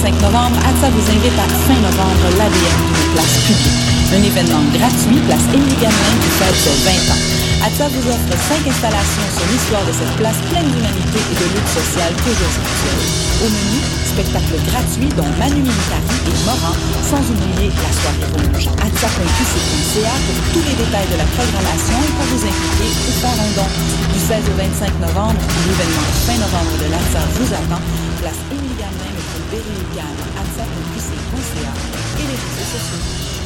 25 novembre, ATSA vous invite à fin novembre l'ADN d'une place publique. Un événement gratuit, place Émilie Gamelin qui fête ses 20 ans. ATSA vous offre 5 installations sur l'histoire de cette place pleine d'humanité et de lutte sociale toujours actuelle. Au menu, spectacle gratuit dont Manu Militari et Moran, sans oublier la soirée rouge. ATSA.qc.ca pour tous les détails de la programmation et pour vous impliquer ou faire un don. Du 16 au 25 novembre, l'événement fin novembre de l'ATSA vous attend. Place Émilie Gamelin, métro Berry-UQAM, ATSA.qc.ca et les réseaux sociaux.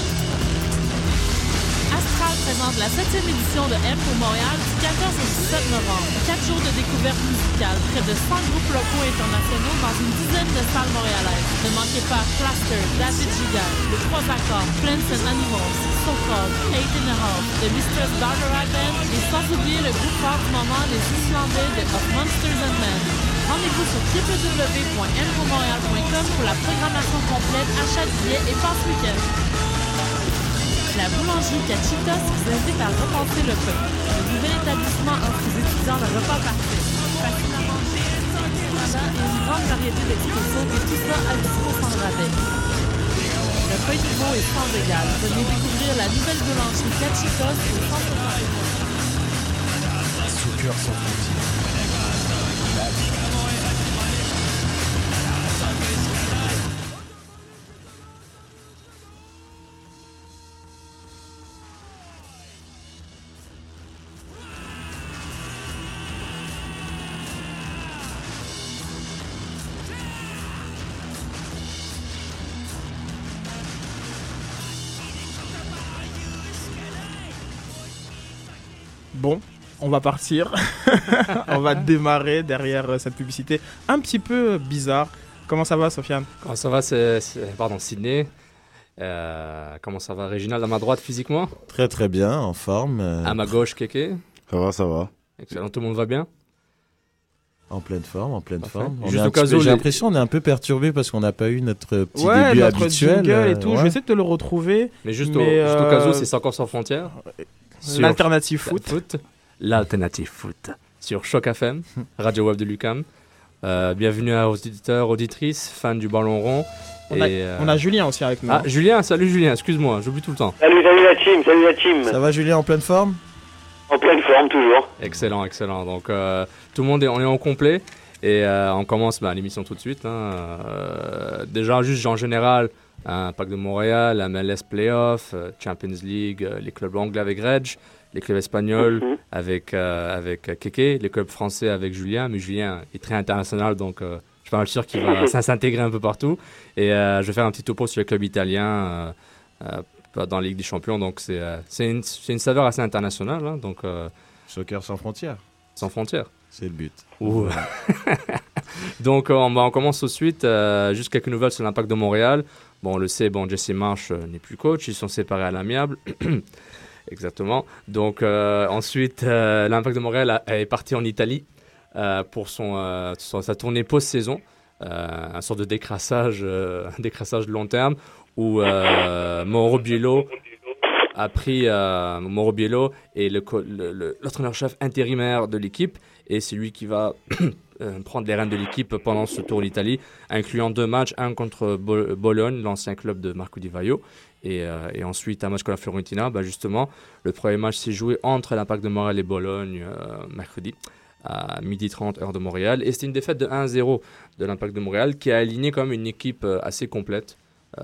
Astral présente la 7e édition de M pour Montréal du 14 au 17 novembre. 4 jours de découverte musicale, près de 100 groupes locaux et internationaux dans une dizaine de salles montréalaises. Ne manquez pas Cluster, David Giga, Les Trois Accords, Plants and Animals, So Called, Eight in a Half, The Mistress Barbara Band et sans oublier le groupe phare du moment, les Islandais de Of Monsters and Men. Rendez-vous sur www.mpourmontréal.com pour la programmation complète, achat de billets et passe week-end. La boulangerie Cachitos vous invite à repenser le peuple. Le nouvel établissement offre aux étudiants le repas parfait. Facile à manger, et une grande variété d'expressions et tout ça à dispo sans rabais. Le pain nouveau est sans égal. Venez découvrir la nouvelle boulangerie Cachitos au centre de Sous cœur sans frontières. Bon, on va partir. On va démarrer derrière cette publicité un petit peu bizarre. Comment ça va, Sofiane? Comment ça va, Sydney. Comment ça va, Réginald, à ma droite physiquement? Très très bien, en forme. À ma gauche, Kéké. Ça va. Excellent, tout le monde va bien? En pleine forme, Parfait. J'ai l'impression qu'on est un peu perturbé parce qu'on n'a pas eu notre petit début notre habituel. Jingle et tout. Je vais essayer de te le retrouver. Mais juste au cas où, c'est encore sans frontières. L'alternative foot. L'alternative foot. Sur Choc FM, Radio Web de l'UQAM. Bienvenue aux auditeurs, auditrices, fans du ballon rond. On a Julien aussi avec nous. Ah, Julien, salut Julien, excuse-moi, j'oublie tout le temps. Salut la team. Ça va, Julien, en pleine forme? En pleine forme, toujours. Excellent. Donc, tout le monde on est en complet. Et on commence l'émission tout de suite. Déjà, juste en général, Pack de Montréal, MLS Playoff, Champions League, les clubs anglais avec Reg, les clubs espagnols avec Kéké, les clubs français avec Julien. Mais Julien est très international, donc je suis pas mal sûr qu'il va s'intégrer un peu partout. Et je vais faire un petit topo sur les clubs italiens dans la Ligue des Champions. Donc c'est une saveur assez internationale. Donc, Soccer sans frontières. Sans frontières. C'est le but. Voilà. Donc on commence tout de suite. Juste quelques nouvelles sur l'Impact de Montréal. Bon, on le sait, Jesse Marsh n'est plus coach. Ils sont séparés à l'amiable. Exactement. Donc ensuite, l'Impact de Montréal est parti en Italie pour sa tournée post-saison. Un sorte de décrassage de long terme où Mauro Biello a pris Mauro Biello et l'entraîneur-chef intérimaire de l'équipe. Et c'est lui qui va prendre les rênes de l'équipe pendant ce tour d'Italie, incluant 2 matchs, un contre Bologne, l'ancien club de Marco Di Vaio, et ensuite un match contre la Fiorentina. Justement, le premier match s'est joué entre l'Impact de Montréal et Bologne mercredi à 12h30 heure de Montréal. Et c'était une défaite de 1-0 de l'Impact de Montréal qui a aligné comme une équipe assez complète.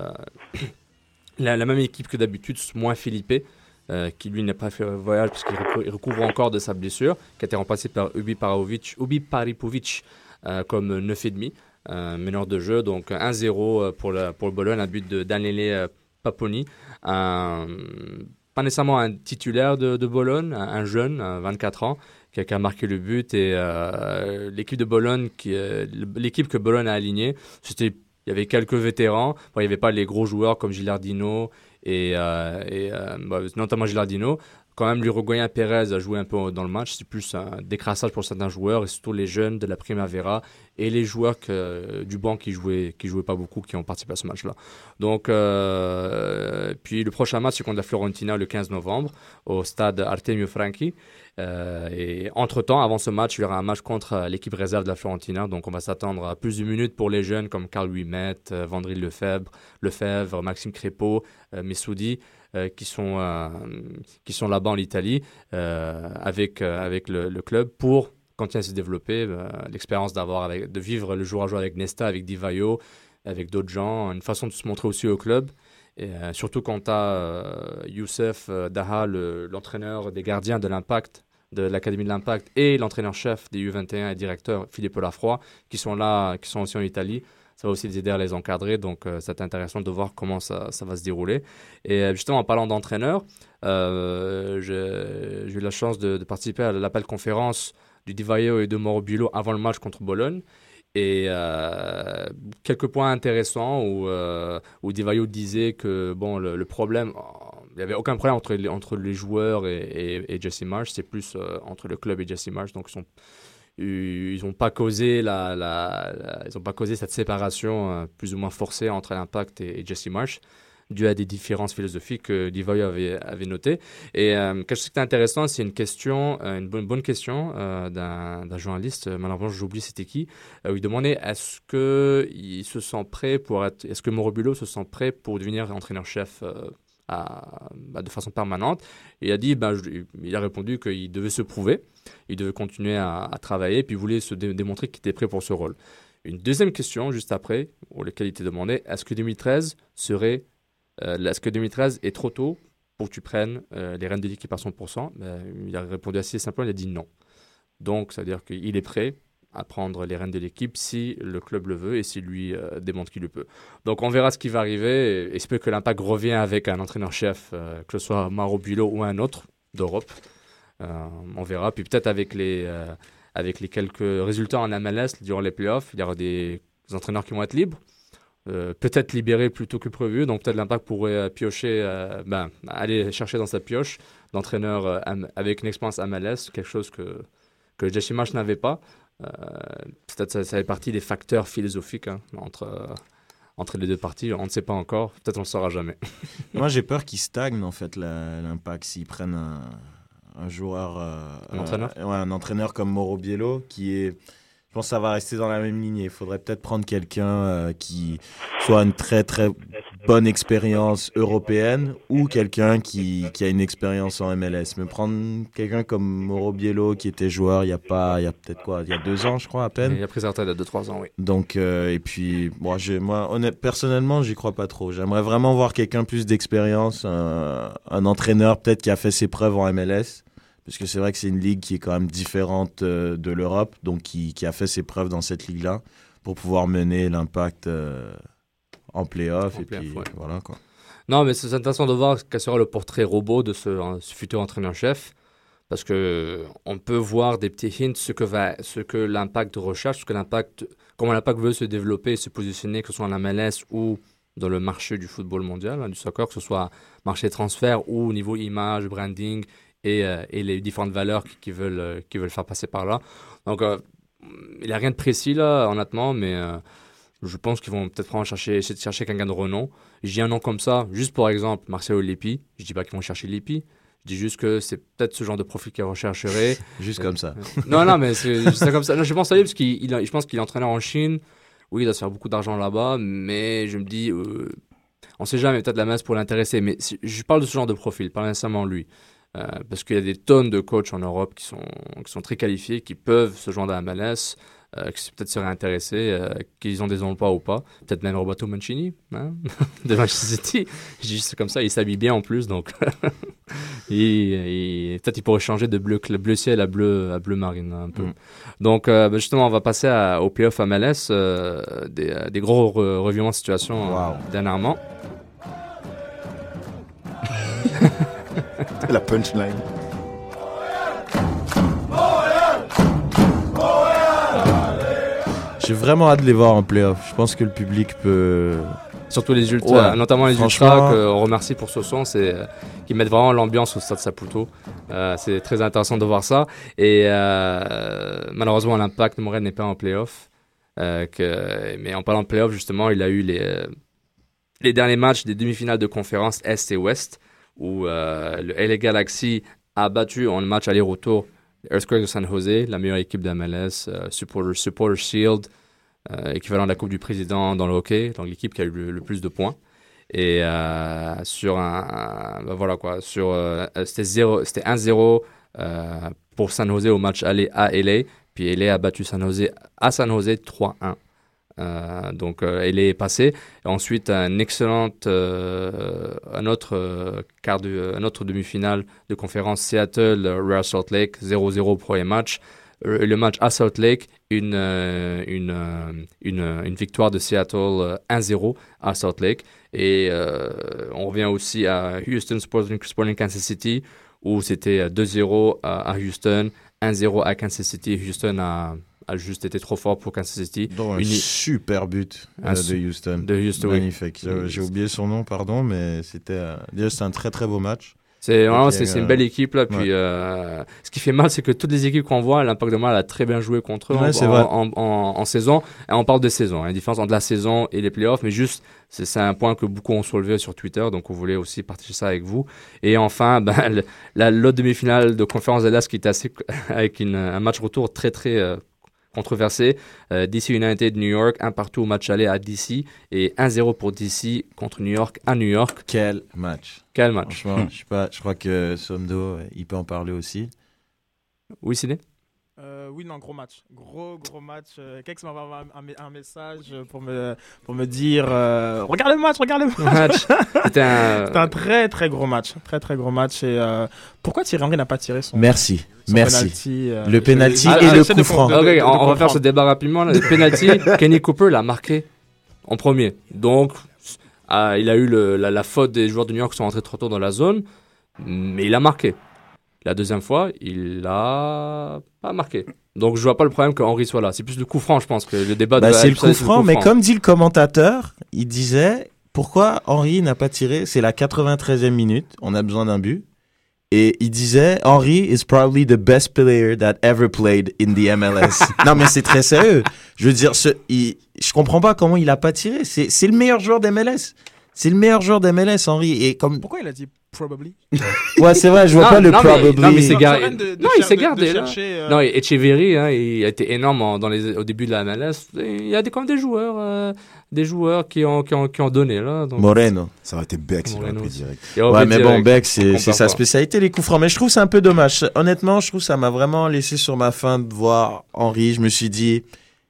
La même équipe que d'habitude, moins Felipe, qui lui n'a pas fait voyage parce qu'il recouvre encore de sa blessure, qui a été remplacé par Ubi Paripovic comme 9,5 meneur de jeu. Donc 1-0 pour le Bologne, un but de Daniele Paponi, pas nécessairement un titulaire de Bologne, un jeune, 24 ans, qui a marqué le but. Et l'équipe de Bologne, l'équipe que Bologne a alignée, il y avait quelques vétérans. Il n'y avait pas les gros joueurs comme Gilardino et notamment Gilardino. quand même l'Uruguayen Pérez a joué un peu dans le match. C'est plus un décrassage pour certains joueurs et surtout les jeunes de la Primavera et les joueurs du banc qui jouaient pas beaucoup, qui ont participé à ce match-là. Donc, puis le prochain match, c'est contre la Fiorentina le 15 novembre au stade Artemio Franchi. Et entre-temps, avant ce match, il y aura un match contre l'équipe réserve de la Fiorentina. Donc, on va s'attendre à plus de minutes pour les jeunes comme Carl Ouimet, Vandril Lefebvre, Maxime Crépeau, Messoudi, qui sont là-bas en Italie avec le club pour continuer à se développer. L'expérience de vivre le jour à jour avec Nesta, avec Di Vaio, avec d'autres gens, une façon de se montrer aussi au club. Et surtout quand tu as Youssef Daha, l'entraîneur des gardiens de l'Impact, de l'Académie de l'Impact, et l'entraîneur-chef des U21 et directeur Philippe Lafroy, qui sont aussi en Italie. Ça va aussi les aider à les encadrer, donc c'est intéressant de voir comment ça va se dérouler. Et justement, en parlant d'entraîneurs, j'ai eu la chance de participer à l'appel conférence du Di Vaio et de Mauro Biolo avant le match contre Bologne. Et quelques points intéressants où Di Vaio disait que le problème, il n'y avait aucun problème entre les joueurs et Jesse Marsch, c'est plus entre le club et Jesse Marsch. Donc ils n'ont pas causé cette séparation plus ou moins forcée entre l'Impact et Jesse Marsch, dû à des différences philosophiques que Di Vaio avait notées. Et quelque chose qui est intéressant, c'est une bonne question d'un journaliste, malheureusement j'oublie c'était qui, où il demandait est-ce que Mauro Biolo se sent prêt pour devenir entraîneur-chef de façon permanente. Et il a dit, il a répondu qu'il devait se prouver, il devait continuer à travailler, puis il voulait se démontrer qu'il était prêt pour ce rôle. Une deuxième question, juste après, pour laquelle il était demandé, est-ce que 2013 est trop tôt pour que tu prennes les rênes de l'équipe à 100%? Il a répondu assez simplement, il a dit non. Donc, ça veut dire qu'il est prêt à prendre les rênes de l'équipe si le club le veut et si lui démontre qu'il le peut. Donc, on verra ce qui va arriver. Et il se peut que l'Impact revienne avec un entraîneur-chef, que ce soit Mauro Biolo ou un autre d'Europe. On verra. Puis peut-être avec les quelques résultats en MLS durant les playoffs, il y aura des entraîneurs qui vont être libres. Peut-être libéré plus tôt que prévu, donc peut-être l'Impact pourrait aller chercher dans sa pioche d'entraîneur avec une expérience MLS, quelque chose que Jesse Marsch n'avait pas. Peut-être ça fait partie des facteurs philosophiques entre les deux parties, on ne sait pas encore, peut-être on ne le saura jamais. Moi j'ai peur qu'il stagne en fait l'Impact s'ils prennent un joueur, un entraîneur comme Mauro Biolo qui est... Je pense que ça va rester dans la même lignée. Il faudrait peut-être prendre quelqu'un qui soit une très très bonne expérience européenne ou quelqu'un qui a une expérience en MLS. Mais prendre quelqu'un comme Mauro Biolo qui était joueur il y a 2 ans je crois à peine. Il a pris sa retraite il y a 2-3 ans, oui. Donc et puis moi personnellement j'y crois pas trop. J'aimerais vraiment voir quelqu'un plus d'expérience, un entraîneur peut-être qui a fait ses preuves en MLS. Parce que c'est vrai que c'est une ligue qui est quand même différente de l'Europe, donc qui a fait ses preuves dans cette ligue-là pour pouvoir mener l'Impact en play-off. Voilà, quoi. Non, mais c'est intéressant de voir quel sera le portrait robot de ce futur entraîneur-chef. Parce qu'on peut voir des petits hints ce que l'Impact recherche, comment l'Impact veut se développer et se positionner, que ce soit en MLS ou dans le marché du football mondial, du soccer, que ce soit marché transfert ou au niveau image, branding et les différentes valeurs qu'ils veulent faire passer par là. Donc, il n'y a rien de précis là, honnêtement, mais je pense qu'ils vont peut-être essayer de chercher quelqu'un de renom. Je dis un nom comme ça, juste pour exemple, Marcelo Lippi. Je ne dis pas qu'ils vont chercher Lippi. Je dis juste que c'est peut-être ce genre de profil qu'ils rechercheraient. Juste comme ça. Non, mais c'est juste comme ça. Non, je pense à lui parce je pense qu'il est entraîneur en Chine. Oui, il doit se faire beaucoup d'argent là-bas, mais je me dis, on ne sait jamais, peut-être la masse pour l'intéresser. Mais je parle de ce genre de profil, pas nécessairement lui. Parce qu'il y a des tonnes de coachs en Europe qui sont très qualifiés, qui peuvent se joindre à la MLS, qui peut-être seraient intéressés, qu'ils ont des emplois ou pas. Peut-être même Roberto Mancini, de Manchester City. Je dis c'est comme ça, il s'habille bien en plus, donc peut-être il pourrait changer de bleu ciel à bleu marine un peu. Donc justement, on va passer au playoff MLS, des gros revirements de situation dernièrement. La punchline. J'ai vraiment hâte de les voir en play-off. Je pense que le public peut Surtout les ultras, notamment les ultras qu'on remercie pour ce son, qui mettent vraiment l'ambiance au Stade Saputo. C'est très intéressant de voir ça. Et malheureusement, l'Impact de Montréal n'est pas en play-off. Mais en parlant de play-off, justement, il a eu les derniers matchs des demi-finales de conférence Est et Ouest, où le LA Galaxy a battu en match aller-retour les Earthquakes de San Jose, la meilleure équipe de MLS, Supporter Shield, équivalent de la Coupe du Président dans le hockey, donc l'équipe qui a eu le plus de points. Et c'était 1-0 pour San Jose au match aller à LA, puis LA a battu San Jose à San Jose 3-1. Donc LA est passé. Et ensuite un autre demi-finale de conférence Seattle Real Salt Lake 0-0 premier match. Le match à Salt Lake, une victoire de Seattle 1-0 à Salt Lake. Et on revient aussi à Houston Sporting Kansas City, où c'était 2-0 à Houston, 1-0 à Kansas City. Houston a juste été trop fort pour Kansas City. Donc, un super but de Houston. Magnifique. Oui. J'ai oublié son nom, pardon, mais c'était un très très beau match. C'est une belle équipe là. Puis ce qui fait mal, c'est que toutes les équipes qu'on voit, l'Impact de Montréal a très bien joué contre eux en saison. Et on parle de saison, il y a une différence entre la saison et les playoffs, mais juste c'est un point que beaucoup ont soulevé sur Twitter, donc on voulait aussi partager ça avec vous. Et enfin, l'autre demi-finale de conférence de l'Est qui était avec un match retour très très controversé. DC United New York, 1-1 au match aller à DC et 1-0 pour DC contre New York à New York. Quel match. Franchement, je crois que Somdo, il peut en parler aussi. Oui, Sidney? Oui, non, gros match. Gros match. Kex m'a envoyé un message pour me dire regarde le match. C'était un très, très gros match. Très, très gros match. Et pourquoi Thierry Henry n'a pas tiré son Merci. Penalty, le penalty et le coup franc. On va faire ce débat rapidement. Le penalty, Kenny Cooper l'a marqué en premier. Donc, il a eu la faute des joueurs de New York qui sont rentrés trop tôt dans la zone, mais il a marqué. La deuxième fois, il a pas marqué. Donc, je vois pas le problème que Henry soit là. C'est plus le coup franc, je pense, que le débat c'est le coup franc, mais comme dit le commentateur, il disait pourquoi Henry n'a pas tiré. C'est la 93e minute. On a besoin d'un but. Et il disait Henry is probably the best player that ever played in the MLS. Non, mais c'est très sérieux. Je veux dire, je comprends pas comment il a pas tiré. C'est le meilleur joueur d'MLS. C'est le meilleur joueur d'MLS, Henry. Et pourquoi il a dit probably? Ouais, c'est vrai, je vois pas le probably. Non, mais il s'est gardé. Il s'est gardé là. Non, Echeverry, il a été énorme au début de la MLS. Il y a quand même des joueurs qui ont donné là. Donc... Moreno. Ça aurait été Beck s'il aurait pris direct. Ouais, mais bon, Beck, c'est sa spécialité, les coups francs. Mais je trouve que c'est un peu dommage. Honnêtement, je trouve que ça m'a vraiment laissé sur ma faim de voir Henry. Je me suis dit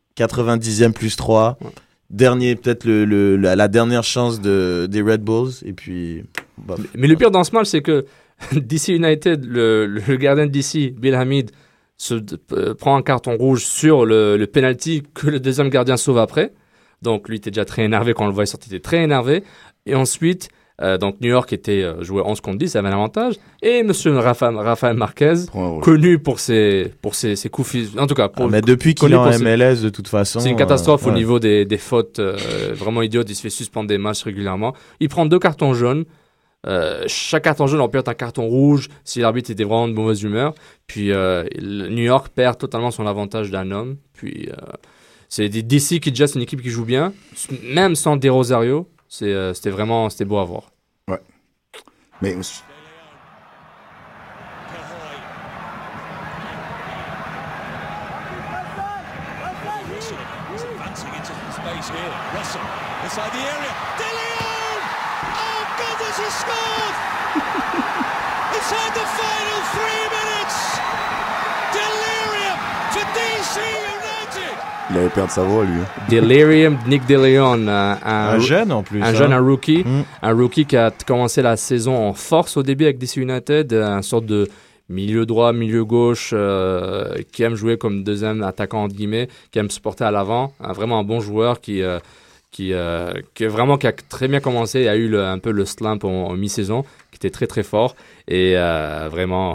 90e plus 3. Ouais. Peut-être la dernière chance des Red Bulls. Et puis. Mais le pire dans ce match, c'est que DC United, le gardien de DC, Bill Hamid, prend un carton rouge sur le penalty que le deuxième gardien sauve après. Donc lui était déjà très énervé quand on le voyait sortir, il était très énervé. Et ensuite, donc New York jouait 11 contre 10, il avait un avantage. Et monsieur Rafael Marquez, connu pour ses coups physiques, en tout cas. Mais depuis qu'il est en MLS, de toute façon. C'est une catastrophe au niveau des fautes vraiment idiotes. Il se fait suspendre des matchs régulièrement. Il prend 2 cartons jaunes. Chaque carton jaune, on perd un carton rouge si l'arbitre était vraiment de mauvaise humeur. Puis New York perd totalement son avantage d'un homme. Puis c'est DC qui déjà c'est une équipe qui joue bien, même sans De Rosario. C'était beau à voir. Ouais. Mais Inside the final 3 minutes, delirium for DC United. Il avait perdu sa voix, lui. Delirium, Nick DeLeon, un jeune en plus. Un rookie. Un rookie qui a commencé la saison en force au début avec DC United, un sorte de milieu droit, milieu gauche, qui aime jouer comme deuxième attaquant, entre guillemets, qui aime se porter à l'avant. Vraiment un bon joueur qui a très bien commencé, a eu un peu le slump en mi-saison, qui était très très fort. Et vraiment,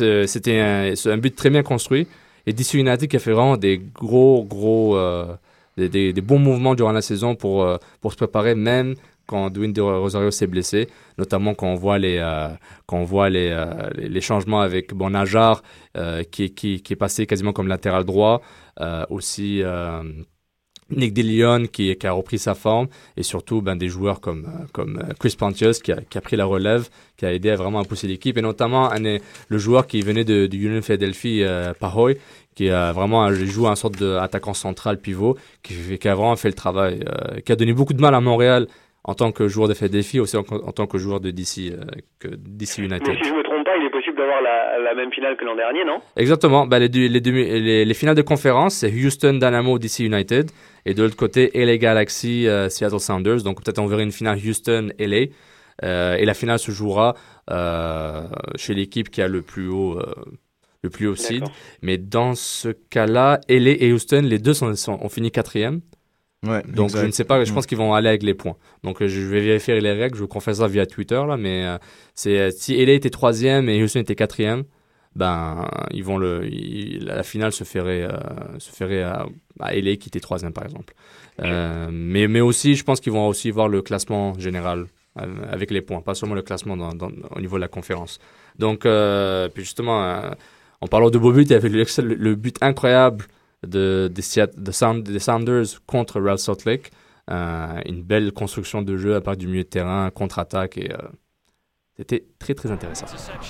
c'était un but très bien construit. Et DC United qui a fait vraiment des gros des bons mouvements durant la saison pour se préparer, même quand Dwayne De Rosario s'est blessé, notamment quand on voit les changements avec Najar qui est passé quasiment comme latéral droit, aussi Nick DeLeon qui a repris sa forme, et surtout des joueurs comme Chris Pontius qui a pris la relève, qui a aidé vraiment à pousser l'équipe, et notamment le joueur qui venait de Union Philadelphie, Pahoy, qui a vraiment joué un sorte d'attaquant central pivot, qui a vraiment fait le travail, qui a donné beaucoup de mal à Montréal en tant que joueur de Philadelphie, aussi en tant que joueur de DC United. Mais si je me trompe pas, il est possible d'avoir la même finale que l'an dernier, non? Exactement. Les finales de conférence, c'est Houston Dynamo DC United, et de l'autre côté, LA Galaxy Seattle Sounders. Donc peut-être on verra une finale Houston-LA. Et la finale se jouera chez l'équipe qui a le plus haut seed. Mais dans ce cas-là, LA et Houston, les deux ont fini 4e. Ouais, donc je ne sais pas, je pense qu'ils vont aller avec les points. Donc je vais vérifier les règles, je vous confesse ça via Twitter là, mais si LA était 3e et Houston était 4e, la finale se ferait à LA qui était 3e par exemple. Mais aussi, je pense qu'ils vont aussi voir le classement général avec les points, pas seulement le classement au niveau de la conférence. Donc puis justement, en parlant de beaux buts, il y avait le but incroyable des Sounders contre Real Salt Lake. Une belle construction de jeu à part du milieu de terrain, contre-attaque, et c'était très très intéressant.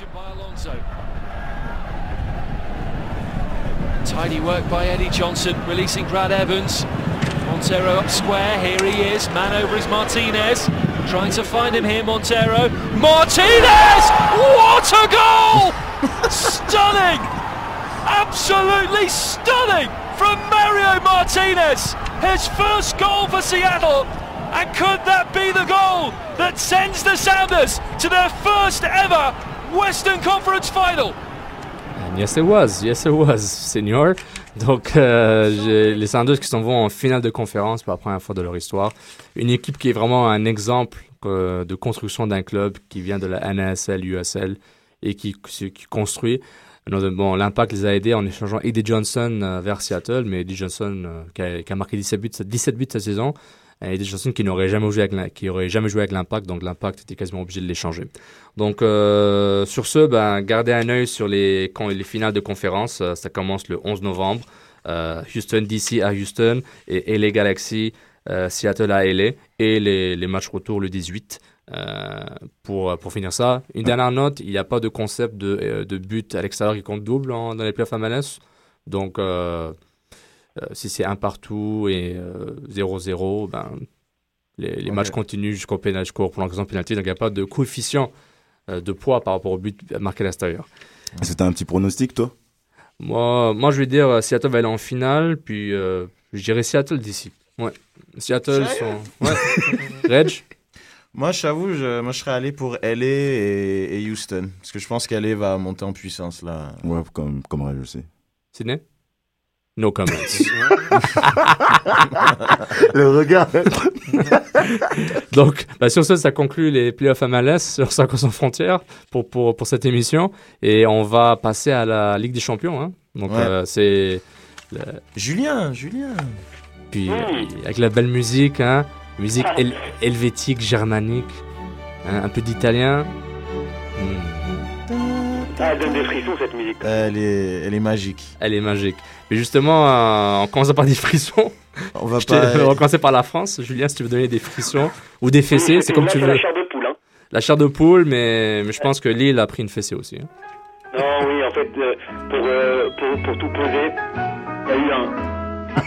Tidy work by Eddie Johnson, releasing Brad Evans. Montero up square, here he is, man over is Martinez, trying to find him here, Montero. Martinez! What a goal! Stunning! Absolutely stunning from Mario Martinez! His first goal for Seattle! And could that be the goal that sends the Sounders to their first ever Western Conference final? And yes it was, senior. Donc les Sounders qui s'en vont en finale de conférence pour la première fois de leur histoire. Une équipe qui est vraiment un exemple de construction d'un club qui vient de la NASL, USL, et qui construit. Bon, l'Impact les a aidés en échangeant Eddie Johnson vers Seattle, mais Eddie Johnson qui a marqué 17 buts cette saison, et Eddie Johnson qui n'aurait jamais joué avec l'Impact, donc l'Impact était quasiment obligé de l'échanger. Donc sur ce, gardez un œil sur les finales de conférence. Ça commence le 11 novembre. Houston DC à Houston et LA Galaxy Seattle à LA, et les matchs retour le 18. Pour finir ça, une dernière note, il n'y a pas de concept de but à l'extérieur qui compte double dans les playoffs MLS. Donc si c'est un partout et 0-0, les matchs continuent jusqu'au prolongation pénalty. Donc il n'y a pas de coefficient de poids par rapport au but marqué à l'extérieur. C'était un petit pronostic, toi? Moi je vais dire Seattle va aller en finale, puis je dirais Seattle d'ici. Ouais. Seattle sont... Ouais. Reg? Moi, je t'avoue, je serais allé pour LA et Houston. Parce que je pense qu'LA va monter en puissance, là. Ouais, comme Reg, je sais. Sydney? No comments. Le regard. Donc, sur ça conclut les playoffs MLS sur 5 sans frontières pour cette émission. Et on va passer à la Ligue des Champions. Hein. Donc, c'est... Julien. Puis, avec la belle musique, hein. Musique helvétique, germanique, hein, un peu d'italien. Elle donne des frissons, cette musique. Elle est magique. Elle est magique. Mais justement, en commençant par des frissons, on va commencer par la France. Julien, si tu veux donner des frissons ou des fessées, c'est comme tu veux. La chair de poule. Hein. La chair de poule, mais je pense que Lille a pris une fessée aussi. Hein. Non, oui, en fait, pour tout poser, il y a eu un...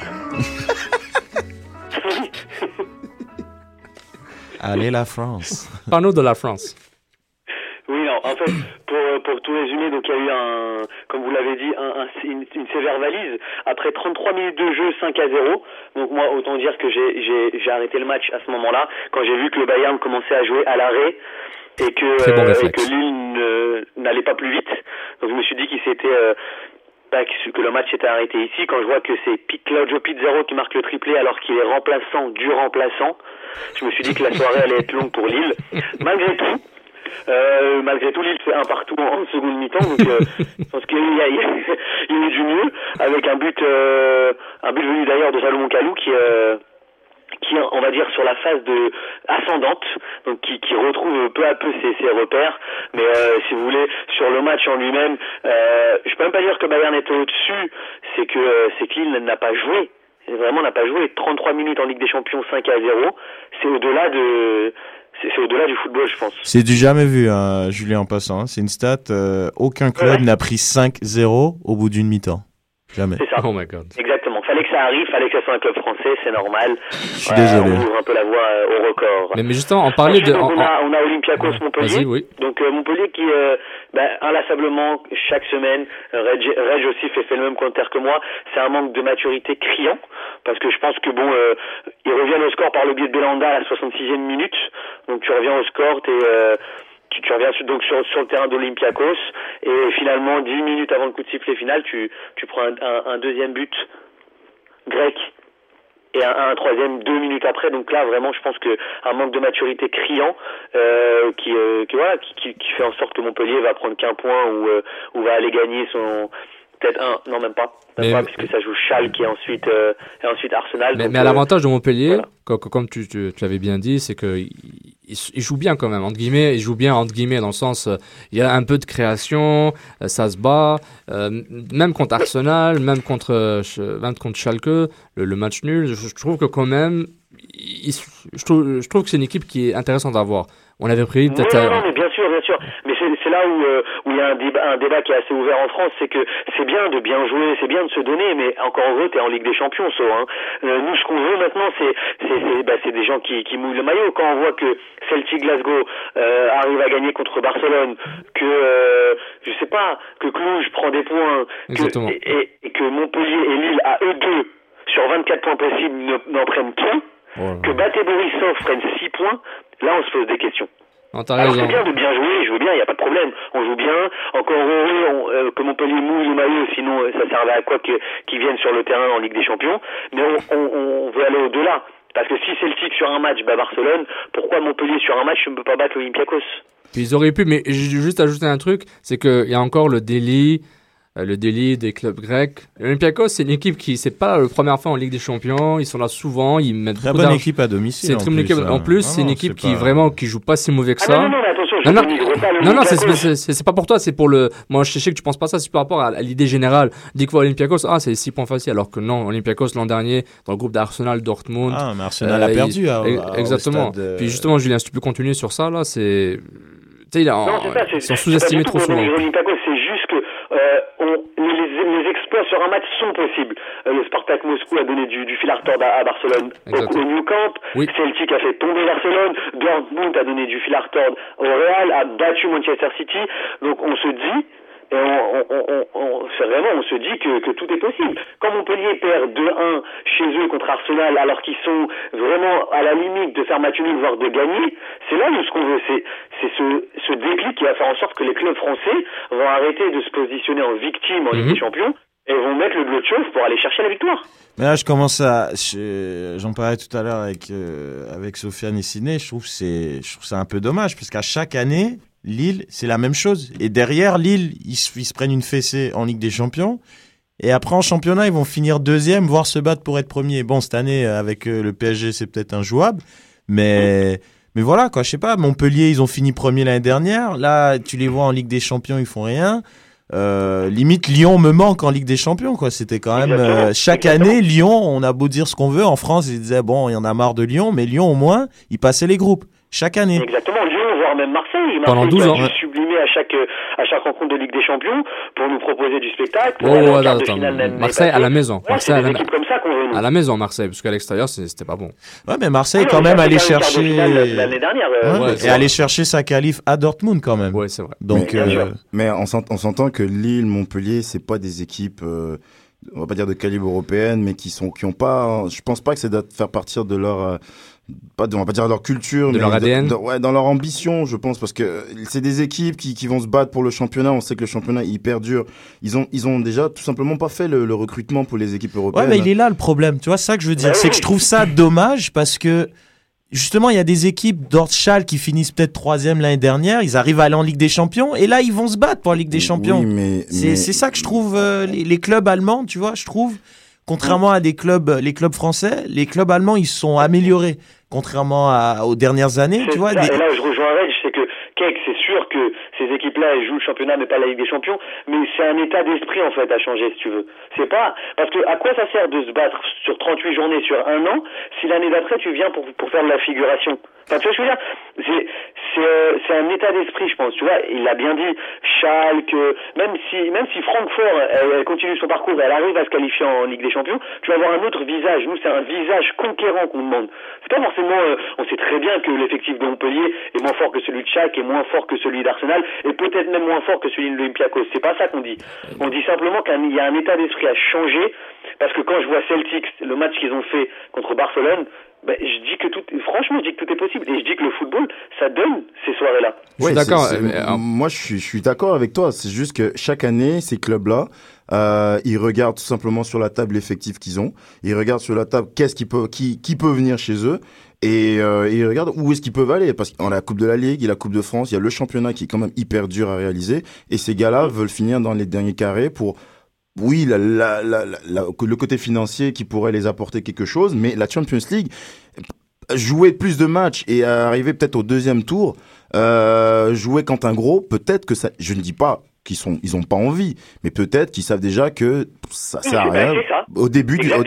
Allez la France. Parle-nous de la France. Oui, non, en fait, pour tout résumer, donc il y a eu comme vous l'avez dit, une sévère valise. Après 33 minutes de jeu, 5-0. Donc moi, autant dire que j'ai arrêté le match à ce moment-là, quand j'ai vu que le Bayern commençait à jouer à l'arrêt et que Lille n'allait pas plus vite. Donc je me suis dit que le match s'était arrêté ici. Quand je vois que c'est Claudio Pizarro qui marque le triplé alors qu'il est remplaçant du remplaçant, je me suis dit que la soirée allait être longue pour Lille. Malgré tout, Malgré tout, Lille fait un partout en seconde mi-temps, donc je pense qu'il y a eu du mieux, avec un but venu d'ailleurs de Salomon Kalou qui on va dire sur la phase ascendante, donc qui retrouve peu à peu ses repères, mais si vous voulez sur le match en lui-même, je peux même pas dire que Bayern était au-dessus, c'est que Lille n'a pas joué. Vraiment n'a pas joué. 33 minutes en Ligue des Champions, 5-0, c'est au-delà du football, je pense. C'est du jamais vu, hein, Julien, en passant. C'est une stat. Aucun club n'a pris 5-0 au bout d'une mi-temps. Jamais. C'est ça. Oh my God. Exactement. Fallait que ça arrive, fallait que ça soit un club français, c'est normal. Je suis désolé. On ouvre un peu la voie au record. Mais justement, on parlait de... On a Olympiakos Montpellier. Vas-y, oui. Donc Montpellier qui, inlassablement, chaque semaine, Reg aussi fait le même commentaire que moi, c'est un manque de maturité criant, parce que je pense que ils reviennent au score par le biais de Belhanda à la 66e minute, donc tu reviens au score, tu reviens donc sur le terrain d'Olympiakos et finalement 10 minutes avant le coup de sifflet final tu prends un deuxième but grec et un troisième 2 minutes après, donc là vraiment je pense que un manque de maturité criant qui fait en sorte que Montpellier va prendre qu'un point ou va aller gagner son peut-être non même pas puisque ça joue Schalke et ensuite Arsenal. Mais à l'avantage de Montpellier, voilà. Comme tu l'avais bien dit, c'est que il joue bien quand même, entre guillemets. Il joue bien, entre guillemets, dans le sens, il y a un peu de création, ça se bat, même contre Arsenal, même contre Schalke, le match nul. Je trouve que quand même, je trouve que c'est une équipe qui est intéressante à voir. On avait pris peut-être... Non, mais bien sûr. Mais c'est là où il y a un débat qui est assez ouvert en France, c'est que c'est bien de bien jouer, c'est bien de se donner, mais encore heureux, t'es en Ligue des Champions, nous, ce qu'on veut maintenant, c'est des gens qui mouillent le maillot. Quand on voit que Celtic Glasgow arrive à gagner contre Barcelone, que je sais pas, que Cluj prend des points, et que Montpellier et Lille à eux deux sur 24 points possibles n'en prennent qu'un, que Bate Borisov prenne 6 points, là on se pose des questions. Alors c'est bien de bien jouer, je veux bien, il n'y a pas de problème, on joue bien, encore heureux que Montpellier mouille le maillot, sinon ça servait à quoi qu'ils viennent sur le terrain en Ligue des Champions, mais on veut aller au-delà, parce que si Celtic sur un match bat Barcelone, pourquoi Montpellier sur un match ne peut pas battre l'Olympiakos? Ils auraient pu, mais j'ai juste ajouté un truc, c'est qu'il y a encore le délit des clubs grecs. L'Olympiakos, c'est une équipe qui, c'est pas la première fois en Ligue des Champions, ils sont là souvent, ils mettent très bonne équipe à domicile. C'est une équipe, en plus, c'est une équipe qui vraiment, qui joue pas si mauvais que ça. Non, attention, c'est pas pour toi, c'est pour moi, je sais que tu penses pas ça, c'est par rapport à l'idée générale. Dis quoi, Olympiakos, c'est 6 points faciles, alors que non, Olympiakos, l'an dernier, dans le groupe d'Arsenal, Dortmund. Mais Arsenal a perdu, exactement. Puis justement, Julien, si tu peux continuer sur ça, là, c'est, tu sais, ils sont sous-estimés trop souvent. L'Olympiakos, c'est juste que, les exploits sur un match sont possibles. Le Spartak Moscou a donné du fil à retordre à Barcelone au Nou Camp. Oui. Celtic a fait tomber Barcelone. Dortmund a donné du fil à retordre au Real, a battu Manchester City. Donc on se dit, et on se dit que tout est possible. Quand Montpellier perd 2-1 chez eux contre Arsenal, alors qu'ils sont vraiment à la limite de faire match nul, voire de gagner, c'est là où ce qu'on veut, c'est ce déclic qui va faire en sorte que les clubs français vont arrêter de se positionner en victime en Ligue des Champions et vont mettre le bleu de chauffe pour aller chercher la victoire. Mais là, j'en parlais tout à l'heure avec Sofiane et Sidney, je trouve ça un peu dommage, parce qu'à chaque année, Lille, c'est la même chose. Et derrière, Lille, ils se prennent une fessée en Ligue des Champions. Et après, en championnat, ils vont finir deuxième, voire se battre pour être premier. Bon, cette année, avec le PSG, c'est peut-être injouable. Mais voilà, quoi. Je sais pas, Montpellier, ils ont fini premier l'année dernière. Là, tu les vois en Ligue des Champions, ils font rien. Limite, Lyon me manque en Ligue des Champions, quoi. C'était quand même, chaque année, Lyon, on a beau dire ce qu'on veut. En France, ils disaient, bon, il y en a marre de Lyon, mais Lyon, au moins, ils passaient les groupes. Chaque année. Exactement, Lyon, voire même Marseille. Pendant 12 ans. Sublimé à chaque rencontre de Ligue des Champions pour nous proposer du spectacle. Marseille à la maison. Marseille à la maison. Comme ça qu'on veut, à la maison, Marseille, parce qu'à l'extérieur, c'était pas bon. Ouais, mais Marseille, quand même, allait chercher. L'année dernière. Et aller chercher sa qualif à Dortmund, quand même. Ouais, c'est vrai. Donc, mais on s'entend que Lille, Montpellier, c'est pas des équipes, on va pas dire de calibre européen, mais qui ont pas, je pense pas que c'est de faire partir de leur, on va pas dire leur culture, de mais leur ADN. Dans leur ambition, je pense, parce que c'est des équipes qui vont se battre pour le championnat. On sait que le championnat est hyper dur. Ils ont déjà tout simplement pas fait le recrutement pour les équipes européennes. Ouais, mais il est là le problème. Tu vois, c'est ça que je veux dire. C'est que je trouve ça dommage parce que justement, il y a des équipes d'Ortschal qui finissent peut-être 3e l'année dernière. Ils arrivent à aller en Ligue des Champions. Et là, ils vont se battre pour la Ligue des Champions. Oui, c'est ça que je trouve, les clubs allemands, tu vois, je trouve, contrairement à les clubs français, les clubs allemands, ils se sont améliorés. Contrairement aux dernières années, tu vois. Et là, je rejoins Reg, c'est que c'est sûr que ces équipes-là, elles jouent le championnat, mais pas la Ligue des Champions. Mais c'est un état d'esprit, en fait, à changer, si tu veux. C'est pas, parce que à quoi ça sert de se battre sur 38 journées, sur un an, si l'année d'après, tu viens pour faire de la figuration? Enfin, tu vois ce que je veux dire? C'est un état d'esprit, je pense. Tu vois, il l'a bien dit. Schalke, même si Francfort, elle continue son parcours, elle arrive à se qualifier en Ligue des Champions, tu vas avoir un autre visage. Nous, c'est un visage conquérant qu'on demande. C'est pas forcément, on sait très bien que l'effectif de Montpellier est moins fort que celui de Schalke, est moins fort que celui d'Arsenal, et peut-être même moins fort que celui de l'Olympiakos. C'est pas ça qu'on dit. On dit simplement qu'il y a un état d'esprit à changer, parce que quand je vois Celtics, le match qu'ils ont fait contre Barcelone, je dis que tout est possible, et je dis que le football, ça donne ces soirées-là. Ouais, je suis d'accord. Moi, je suis d'accord avec toi. C'est juste que chaque année, ces clubs-là, ils regardent tout simplement sur la table l'effectif qu'ils ont. Ils regardent sur la table qui peut venir chez eux. Et ils regardent où est-ce qu'ils peuvent aller. Parce qu'on a la Coupe de la Ligue, il y a la Coupe de France, il y a le championnat qui est quand même hyper dur à réaliser. Et ces gars-là veulent finir dans les derniers carrés pour... Oui, le côté financier qui pourrait les apporter quelque chose, mais la Champions League, jouer plus de matchs et arriver peut-être au deuxième tour, jouer contre un gros, peut-être que ça, je ne dis pas ils ont pas envie, mais peut-être qu'ils savent déjà que ça sert à rien au début de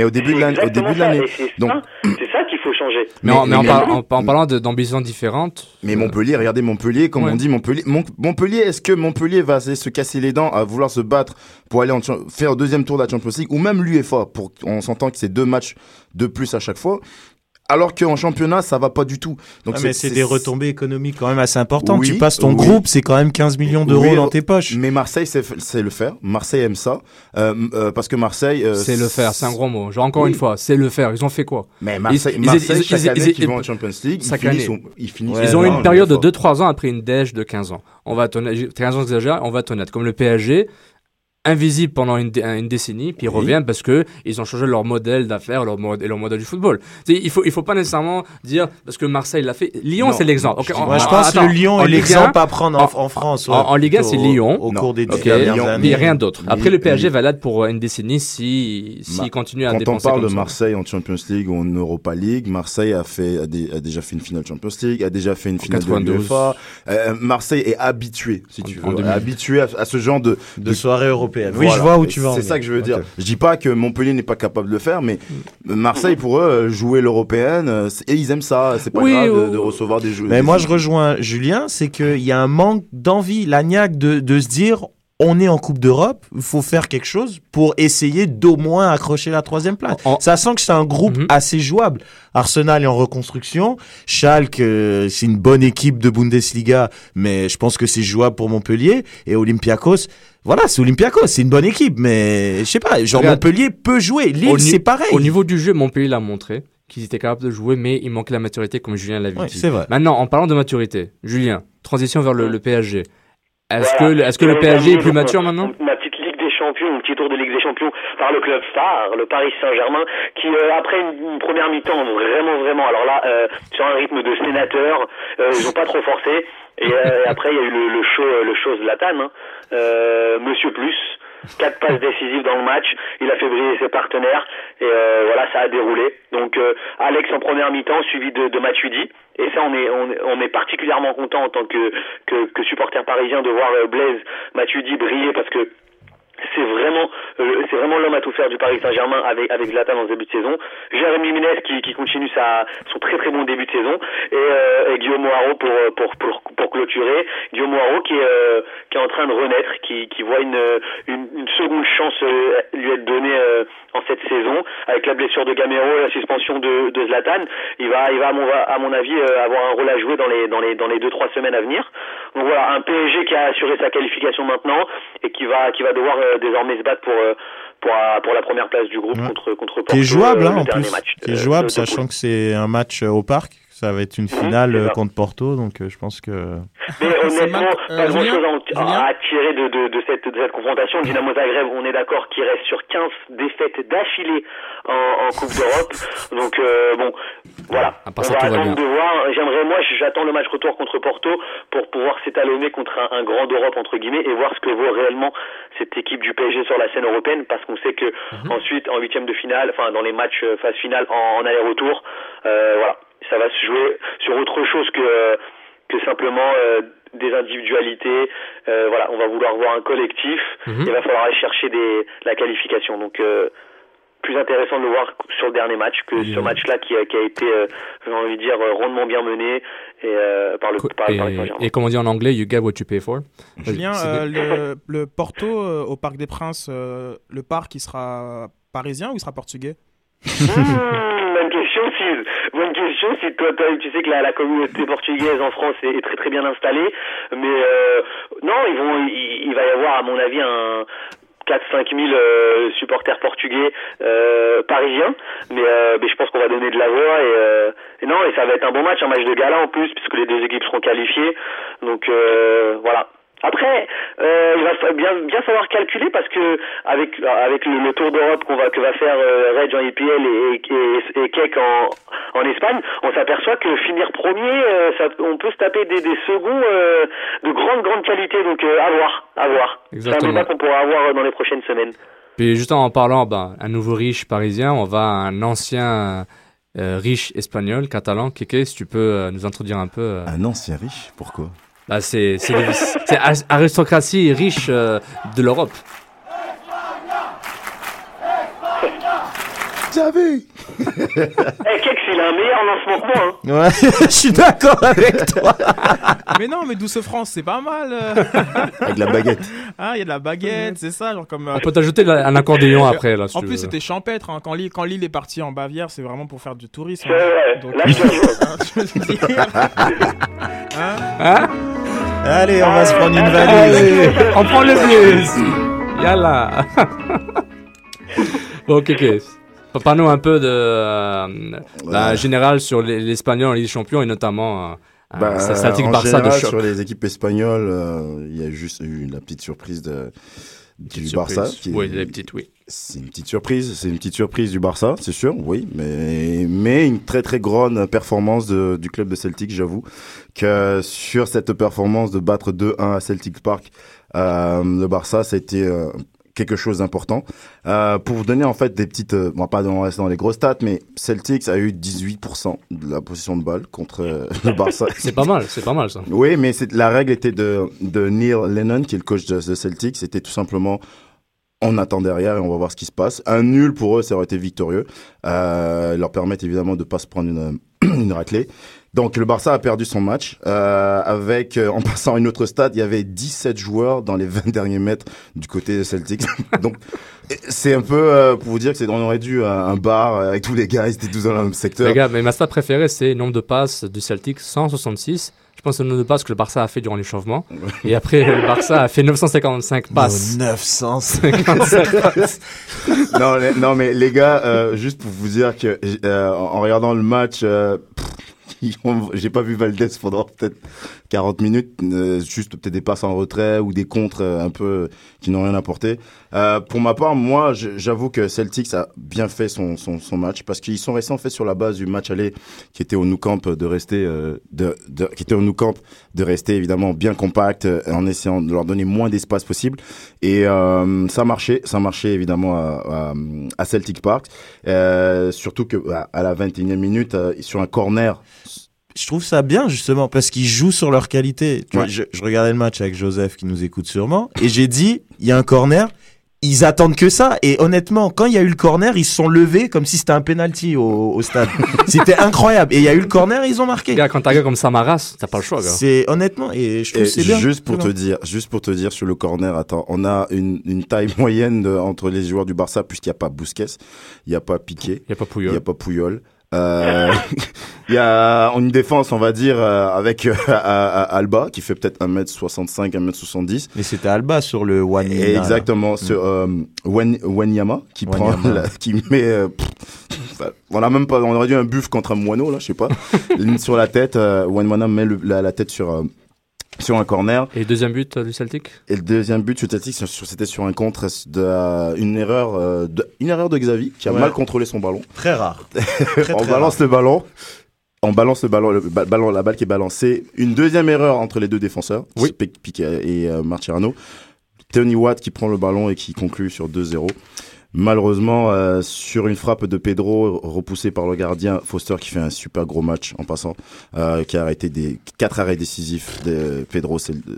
l'année. Donc c'est ça qu'il faut changer. Mais en parlant d'ambitions différentes. Mais Montpellier, regardez Montpellier, comme on dit Montpellier, est-ce que Montpellier va se casser les dents à vouloir se battre pour aller faire le deuxième tour de la Champions League, ou même l'UEFA, on s'entend que c'est 2 matchs de plus à chaque fois, alors qu'en championnat, ça va pas du tout. Donc mais c'est des retombées économiques quand même assez importantes. Tu passes ton groupe, c'est quand même 15 millions d'euros dans tes poches. Mais Marseille sait le faire. Marseille aime ça. Parce que Marseille... c'est le faire, c'est un gros mot. Genre encore une fois, c'est le faire. Ils ont fait quoi? Mais Marseille, chaque année qu'ils vont en Champions League, ils finissent. Ils ont une période de 2-3 ans après une dèche de 15 ans. On va être honnête. 15 ans exagère, on va être honnête. Comme le PSG... invisible pendant une décennie, puis ils reviennent parce que ils ont changé leur modèle d'affaires, leur modèle du football. Il faut pas nécessairement dire parce que Marseille l'a fait. Lyon, c'est l'exemple. Okay, je pense que Lyon est l'exemple à prendre en France. En Ligue 1, c'est Lyon. Au cours des dernières années. Il n'y a rien d'autre. Après, le PSG va l'être pour une décennie s'il continue à dépenser. Quand on parle de Marseille en Champions League ou en Europa League, Marseille a déjà fait une finale Champions League, a déjà fait une finale de l'UEFA. Marseille est habitué, si tu veux, habitué à ce genre de soirée européenne. Oui, voilà. Je vois où tu vas. C'est ça que je veux dire. Je dis pas que Montpellier n'est pas capable de le faire, mais Marseille, pour eux, jouer l'européenne, et ils aiment ça. C'est pas grave de recevoir des joueurs. Mais moi, je rejoins Julien, c'est qu'il y a un manque d'envie, la niaque de se dire, on est en Coupe d'Europe, il faut faire quelque chose pour essayer d'au moins accrocher la 3e place. Ça sent que c'est un groupe assez jouable. Arsenal est en reconstruction. Schalke, c'est une bonne équipe de Bundesliga, mais je pense que c'est jouable pour Montpellier. Et Olympiakos, voilà, c'est Olympiakos, c'est une bonne équipe, mais je sais pas, genre Montpellier peut jouer. Lille, c'est pareil. Au niveau du jeu, Montpellier l'a montré qu'ils étaient capables de jouer, mais il manquait la maturité, comme Julien l'avait dit. C'est vrai. Maintenant, en parlant de maturité, Julien, transition vers le PSG. Est-ce que le PSG est plus mature maintenant? Ma petite Ligue des Champions, un petit tour de Ligue des Champions par le club phare, le Paris Saint-Germain, qui après une première mi-temps vraiment, alors là, sur un rythme de sénateur, ils ont pas trop forcé. Et après, il y a eu le show Zlatan, Monsieur Plus. 4 passes décisives dans le match, il a fait briller ses partenaires et voilà, ça a déroulé. Donc Alex en première mi-temps suivi de Matuidi, et ça on est particulièrement content en tant que supporter parisien de voir Blaise Matuidi briller, parce que c'est vraiment l'homme à tout faire du Paris Saint-Germain avec Zlatan dans ce début de saison. Jérémy Ménez qui continue son très très bon début de saison, et Guillaume Moirot pour clôturer. Guillaume Moirot qui est en train de renaître, qui voit une seconde chance lui être donnée en cette saison, avec la blessure de Gamero et la suspension de Zlatan. Il va à mon avis avoir un rôle à jouer dans les 2-3 semaines à venir. Donc voilà, un PSG qui a assuré sa qualification maintenant et qui va devoir désormais se battre pour la première place du groupe contre Porto. Qui est jouable en plus. Qui est jouable, sachant que c'est un match au parc. Ça va être une finale contre Porto, donc je pense que... Mais honnêtement, pas grand-chose à tirer de cette confrontation? Dynamo Zagreb, on est d'accord qu'il reste sur 15 défaites d'affilée en Coupe d'Europe. Donc bon, voilà. On va attendre de voir. J'attends le match retour contre Porto pour pouvoir s'étalonner contre un grand d'Europe entre guillemets et voir ce que vaut réellement cette équipe du PSG sur la scène européenne, parce qu'on sait que ensuite en huitième de finale, enfin dans les matchs phase finale en aller-retour, voilà, ça va se jouer sur autre chose que simplement des individualités. Voilà, on va vouloir voir un collectif. Il va falloir aller chercher la qualification. Donc plus intéressant de le voir sur le dernier match que ce match-là qui a été, j'ai envie de dire, rondement bien mené par le Paris Saint-Germain. Et comme on dit en anglais, you get what you pay for. Julien, le Porto au Parc des Princes, le parc, il sera parisien ou il sera portugais? Bonne question, si toi, tu sais que la communauté portugaise en France est très très bien installée, mais non, il va y avoir à mon avis 4-5 000 supporters portugais parisiens, mais je pense qu'on va donner de la voix et ça va être un bon match, un match de gala en plus, puisque les deux équipes seront qualifiées, donc voilà. Après, il va bien falloir calculer, parce que avec le tour d'Europe que va faire Reg en IPL et Keck en Espagne, on s'aperçoit que finir premier, on peut se taper des seconds de grande qualité. Donc à voir. C'est un débat qu'on pourra avoir dans les prochaines semaines. Puis juste en parlant, un nouveau riche parisien, on va à un ancien riche espagnol, catalan. Kéké, si tu peux nous introduire un peu. Un ancien riche, pourquoi? C'est aristocratie riche de l'Europe. J'avais. Kex, il a un meilleur lancement que moi. Ouais, je suis d'accord avec toi. Mais non, mais Douce France, c'est pas mal. Avec la baguette. Ah, il y a de la baguette, c'est ça. Genre comme, on peut t'ajouter un accordéon après. Là, si en plus, c'était champêtre. Hein. Quand Lille est parti en Bavière, c'est vraiment pour faire du tourisme. Donc... Là, je Allez, on va se prendre une valise. On prend le bus. Yalla. Bon, ok. Parle-nous un peu de général sur l'Espagnol en Ligue des Champions et notamment Celtic Barça de choc. Sur les équipes espagnoles, il y a juste eu la petite surprise du Barça. Oui, la petite, oui. C'est une petite surprise du Barça, c'est sûr, oui, mais une très très grande performance du club de Celtic, j'avoue, que sur cette performance de battre 2-1 à Celtic Park, le Barça, ça a été quelque chose d'important. Pour vous donner en fait des petites, on va pas rester dans les grosses stats, mais Celtics a eu 18% de la possession de balle contre le Barça. C'est pas mal ça. Oui, mais la règle était de Neil Lennon, qui est le coach de Celtics, c'était tout simplement on attend derrière et on va voir ce qui se passe. Un nul pour eux, ça aurait été victorieux. Leur permettre évidemment de pas se prendre une raclée. Donc le Barça a perdu son match en passant à une autre stat, il y avait 17 joueurs dans les 20 derniers mètres du côté de Celtics. Donc c'est un peu pour vous dire que on aurait dû un bar avec tous les gars, ils étaient tous dans le même secteur. Les gars, mais ma stat préférée, c'est le nombre de passes du Celtics, 166. Je pense que c'est le nombre de passes que le Barça a fait durant l'échauffement. Et après, le Barça a fait 955 passes. 955 passes. Non, mais les gars, juste pour vous dire que en regardant le match, j'ai pas vu Valdés pendant peut-être 40 minutes, juste peut-être des passes en retrait ou des contres un peu qui n'ont rien apporté. Pour ma part, moi, j'avoue que Celtics a bien fait son match parce qu'ils sont restés en fait sur la base du match aller qui était au Nou Camp de rester évidemment bien compact en essayant de leur donner moins d'espace possible et ça marchait évidemment à Celtic Park, surtout que à la 21e minute sur un corner. Je trouve ça bien justement parce qu'ils jouent sur leur qualité. Tu vois, je regardais le match avec Joseph qui nous écoute sûrement et j'ai dit il y a un corner, ils attendent que ça et honnêtement quand il y a eu le corner ils se sont levés comme si c'était un penalty au stade. C'était incroyable et il y a eu le corner et ils ont marqué. Gars, quand t'as un gars comme Samaras, t'as pas le choix. Gars. C'est honnêtement et je trouve que c'est bien. Juste pour te dire sur le corner, attends, on a une taille moyenne entre les joueurs du Barça puisqu'il y a pas Busquets, il y a pas Piqué, il y a pas Puyol. Il y a une défense, on va dire, avec Alba qui fait peut-être 1m65, 1m70. Mais c'était Alba sur le Wanyama. Exactement, sur Wanyama qui prend, qui met. On a même pas, on aurait dû un buff contre un moineau là, je sais pas. Sur la tête, Wanyama met la tête sur sur un corner. Et le deuxième but du Celtic? Et le deuxième but du Celtic, c'était sur un contre, une erreur de Xavi qui a mal contrôlé son ballon. Très rare. On balance le ballon. On balance le ballon, la balle qui est balancée. Une deuxième erreur entre les deux défenseurs, Piqué et Mascherano. Tony Watt qui prend le ballon et qui conclut sur 2-0. Malheureusement, sur une frappe de Pedro repoussée par le gardien, Foster qui fait un super gros match en passant, qui a arrêté 4 arrêts décisifs de Pedro.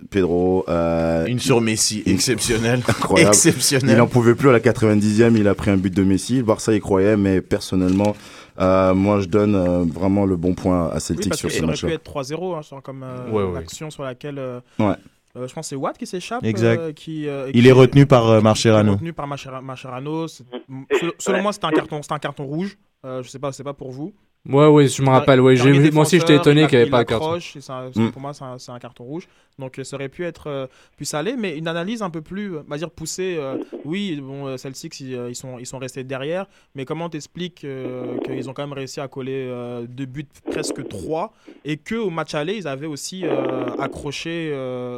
Une sur Messi, exceptionnelle. Incroyable. Exceptionnelle. Il n'en pouvait plus à la 90e, il a pris un but de Messi. Le Barça y croyait, mais personnellement, moi je donne vraiment le bon point à Celtic sur ce match-là. Ça aurait pu être 3-0, comme l'action sur laquelle... je pense que c'est Watt qui s'échappe. Exact. Il est retenu par Mascherano. Mascherano. Selon moi, c'est un carton rouge. Je sais pas pour vous. Ouais, je me rappelle. Ouais, moi aussi, j'étais étonné qu'il n'y avait pas de carton. Pour moi, c'est un carton rouge. Donc, ça aurait pu être plus salé, mais une analyse un peu plus, poussée. Celtics, ils sont restés derrière, mais comment t'expliques qu'ils ont quand même réussi à coller 2 buts, presque 3, et qu'au match aller, ils avaient aussi accroché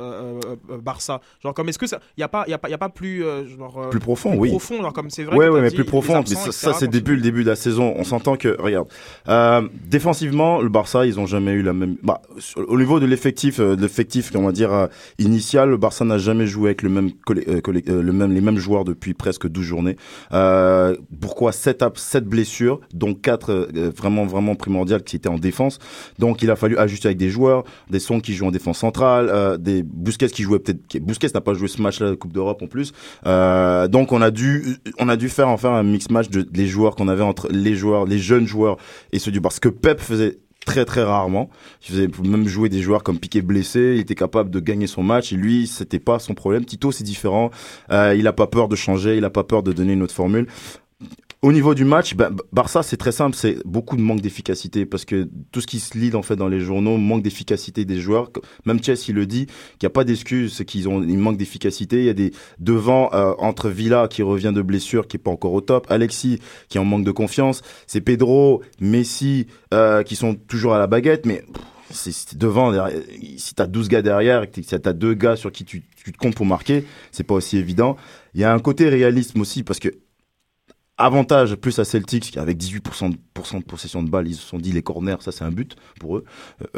Barça. Genre, comme est-ce que ça, y a pas plus plus profond, plus oui. Profond, genre comme c'est vrai. Mais plus profond. Mais ça, c'est depuis le début de la saison. On s'entend que, regarde. Défensivement, le Barça, ils ont jamais eu la même. Au niveau de l'effectif, on va dire initial, le Barça n'a jamais joué avec les mêmes joueurs depuis presque 12 journées. Pourquoi 7 blessures, dont 4 vraiment primordiales qui étaient en défense. Donc il a fallu ajuster avec des joueurs, des Song qui jouent en défense centrale, des Busquets qui jouaient Busquets n'a pas joué ce match-là de Coupe d'Europe en plus. Donc on a dû faire un mix match des joueurs qu'on avait entre les jeunes joueurs et ceux du Barça, que Pep faisait très très rarement. Il faisait même jouer des joueurs comme Piqué blessé, il était capable de gagner son match et lui, c'était pas son problème. Tito, c'est différent. Il a pas peur de changer, il a pas peur de donner une autre formule. Au niveau du match, Barça, c'est très simple, c'est beaucoup de manque d'efficacité parce que tout ce qui se lit en fait dans les journaux, manque d'efficacité des joueurs. Même Chess, il le dit, qu'il n'y a pas d'excuse, c'est qu'ils manquent d'efficacité. Il y a des devant entre Villa qui revient de blessure, qui est pas encore au top, Alexis qui est en manque de confiance, c'est Pedro, Messi qui sont toujours à la baguette, mais c'est devant, si t'as 12 gars derrière, si t'as 2 gars sur qui tu te comptes pour marquer, c'est pas aussi évident. Il y a un côté réalisme aussi parce que avantage plus à Celtics avec 18% de possession de balle, ils se sont dit les corners, ça c'est un but pour eux.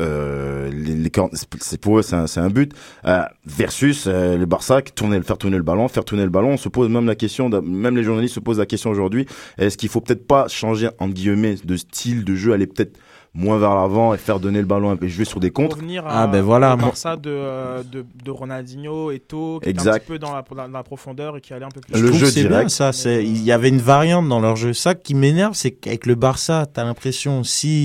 Les corners, pour eux c'est un but. Versus le Barça faire tourner le ballon. On se pose même la question, même les journalistes se posent la question aujourd'hui, est-ce qu'il faut peut-être pas changer entre guillemets de style de jeu, aller peut-être moins vers l'avant et faire donner le ballon et jouer sur des contres. Revenir à Barça de Ronaldinho, Eto'o, qui était un petit peu dans la profondeur et qui allait un peu plus. Le jeu direct. Bien, ça, il y avait une variante dans leur jeu. Ça qui m'énerve, c'est qu'avec le Barça, t'as l'impression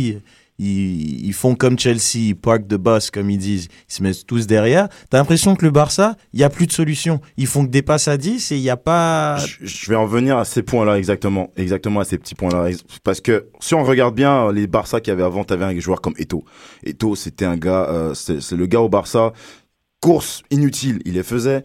ils font comme Chelsea, ils park the bus, comme ils disent, ils se mettent tous derrière. T'as l'impression que le Barça, il n'y a plus de solution. Ils font que des passes à 10 et il n'y a pas... Je vais en venir à ces points-là, exactement à ces petits points-là. Parce que si on regarde bien les Barça qu'il y avait avant, t'avais un joueur comme Eto'o. Eto'o, c'était un gars, c'est le gars au Barça, course inutile, il les faisait.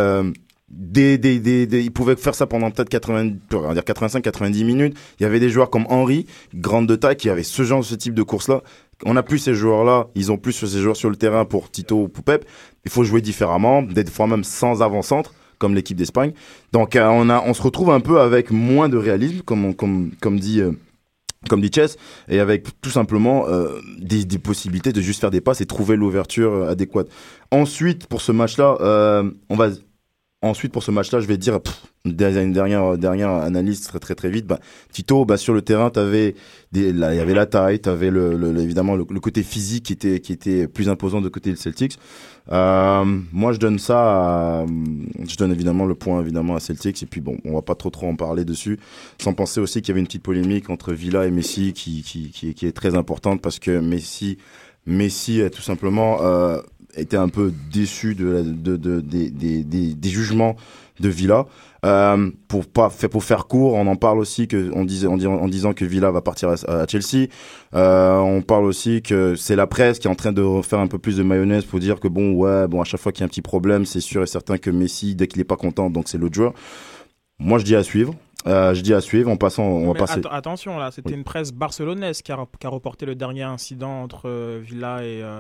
Il pouvait faire ça pendant peut-être 85-90 minutes. Il y avait des joueurs comme Henry, grande de taille, qui avaient ce type de course-là. On n'a plus ces joueurs-là, ils ont plus ces joueurs sur le terrain pour Tito ou pour Pep. Il faut jouer différemment, des fois même sans avant-centre, comme l'équipe d'Espagne. Donc on se retrouve un peu avec moins de réalisme, comme dit Chess, et avec tout simplement des possibilités de juste faire des passes et trouver l'ouverture adéquate. Ensuite, pour ce match-là, je vais dire une dernière analyse très très très vite. Tito, sur le terrain, il y avait la taille, t'avais évidemment le côté physique qui était plus imposant de côté des Celtics. Moi, je donne évidemment le point évidemment à Celtics, et puis bon, on va pas trop en parler dessus, sans penser aussi qu'il y avait une petite polémique entre Villa et Messi qui est très importante parce que Messi a tout simplement était un peu déçu des jugements de Villa. Pour faire court, on en parle aussi en disant que Villa va partir à Chelsea. On parle aussi que c'est la presse qui est en train de faire un peu plus de mayonnaise pour dire que à chaque fois qu'il y a un petit problème, c'est sûr et certain que Messi, dès qu'il est pas content, donc c'est l'autre joueur. Moi, je dis à suivre. En passant, on va passer. Attention, là, c'était une presse barcelonaise qui a reporté le dernier incident entre Villa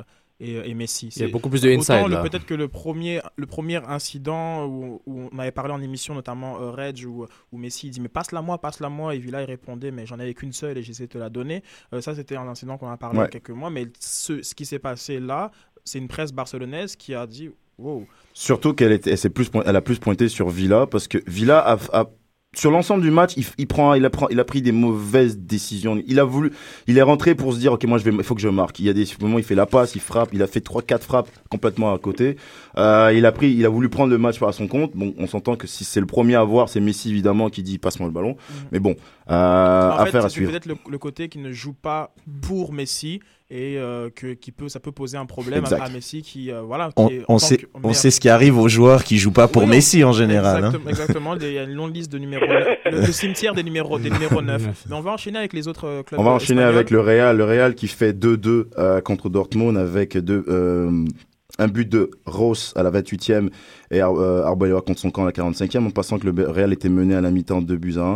et Messi. Il y a beaucoup plus de inside là. Peut-être que le premier incident où on avait parlé en émission, notamment Reg, où Messi dit mais passe-la moi, et Villa il répondait mais j'en avais qu'une seule et j'essaie de te la donner. Ça c'était un incident qu'on a parlé il y a quelques mois, mais ce qui s'est passé là, c'est une presse barcelonaise qui a dit wow. Surtout qu'elle a plus pointé sur Villa, parce que Villa a sur l'ensemble du match, il a pris des mauvaises décisions. Il est rentré pour se dire, ok, il faut que je marque. Il y a des moments, il fait la passe, il frappe, il a fait 3-4 frappes complètement à côté. Il a voulu prendre le match par son compte. Bon, on s'entend que si c'est le premier à voir, c'est Messi évidemment qui dit passe-moi le ballon. Mais bon, affaire à suivre. C'est peut-être le côté qui ne joue pas pour Messi. Et ça peut poser un problème à Messi on sait ce qui arrive aux joueurs qui jouent pas pour Messi en général. Exactement, il y a une longue liste de numéros, le cimetière des numéros 9. Mais on va enchaîner avec les autres clubs. On va enchaîner avec le Real qui fait 2-2 contre Dortmund avec un but de Ross à la 28e et Arbeloa contre son camp à la 45e, en passant que le Real était mené à la mi-temps 2-1.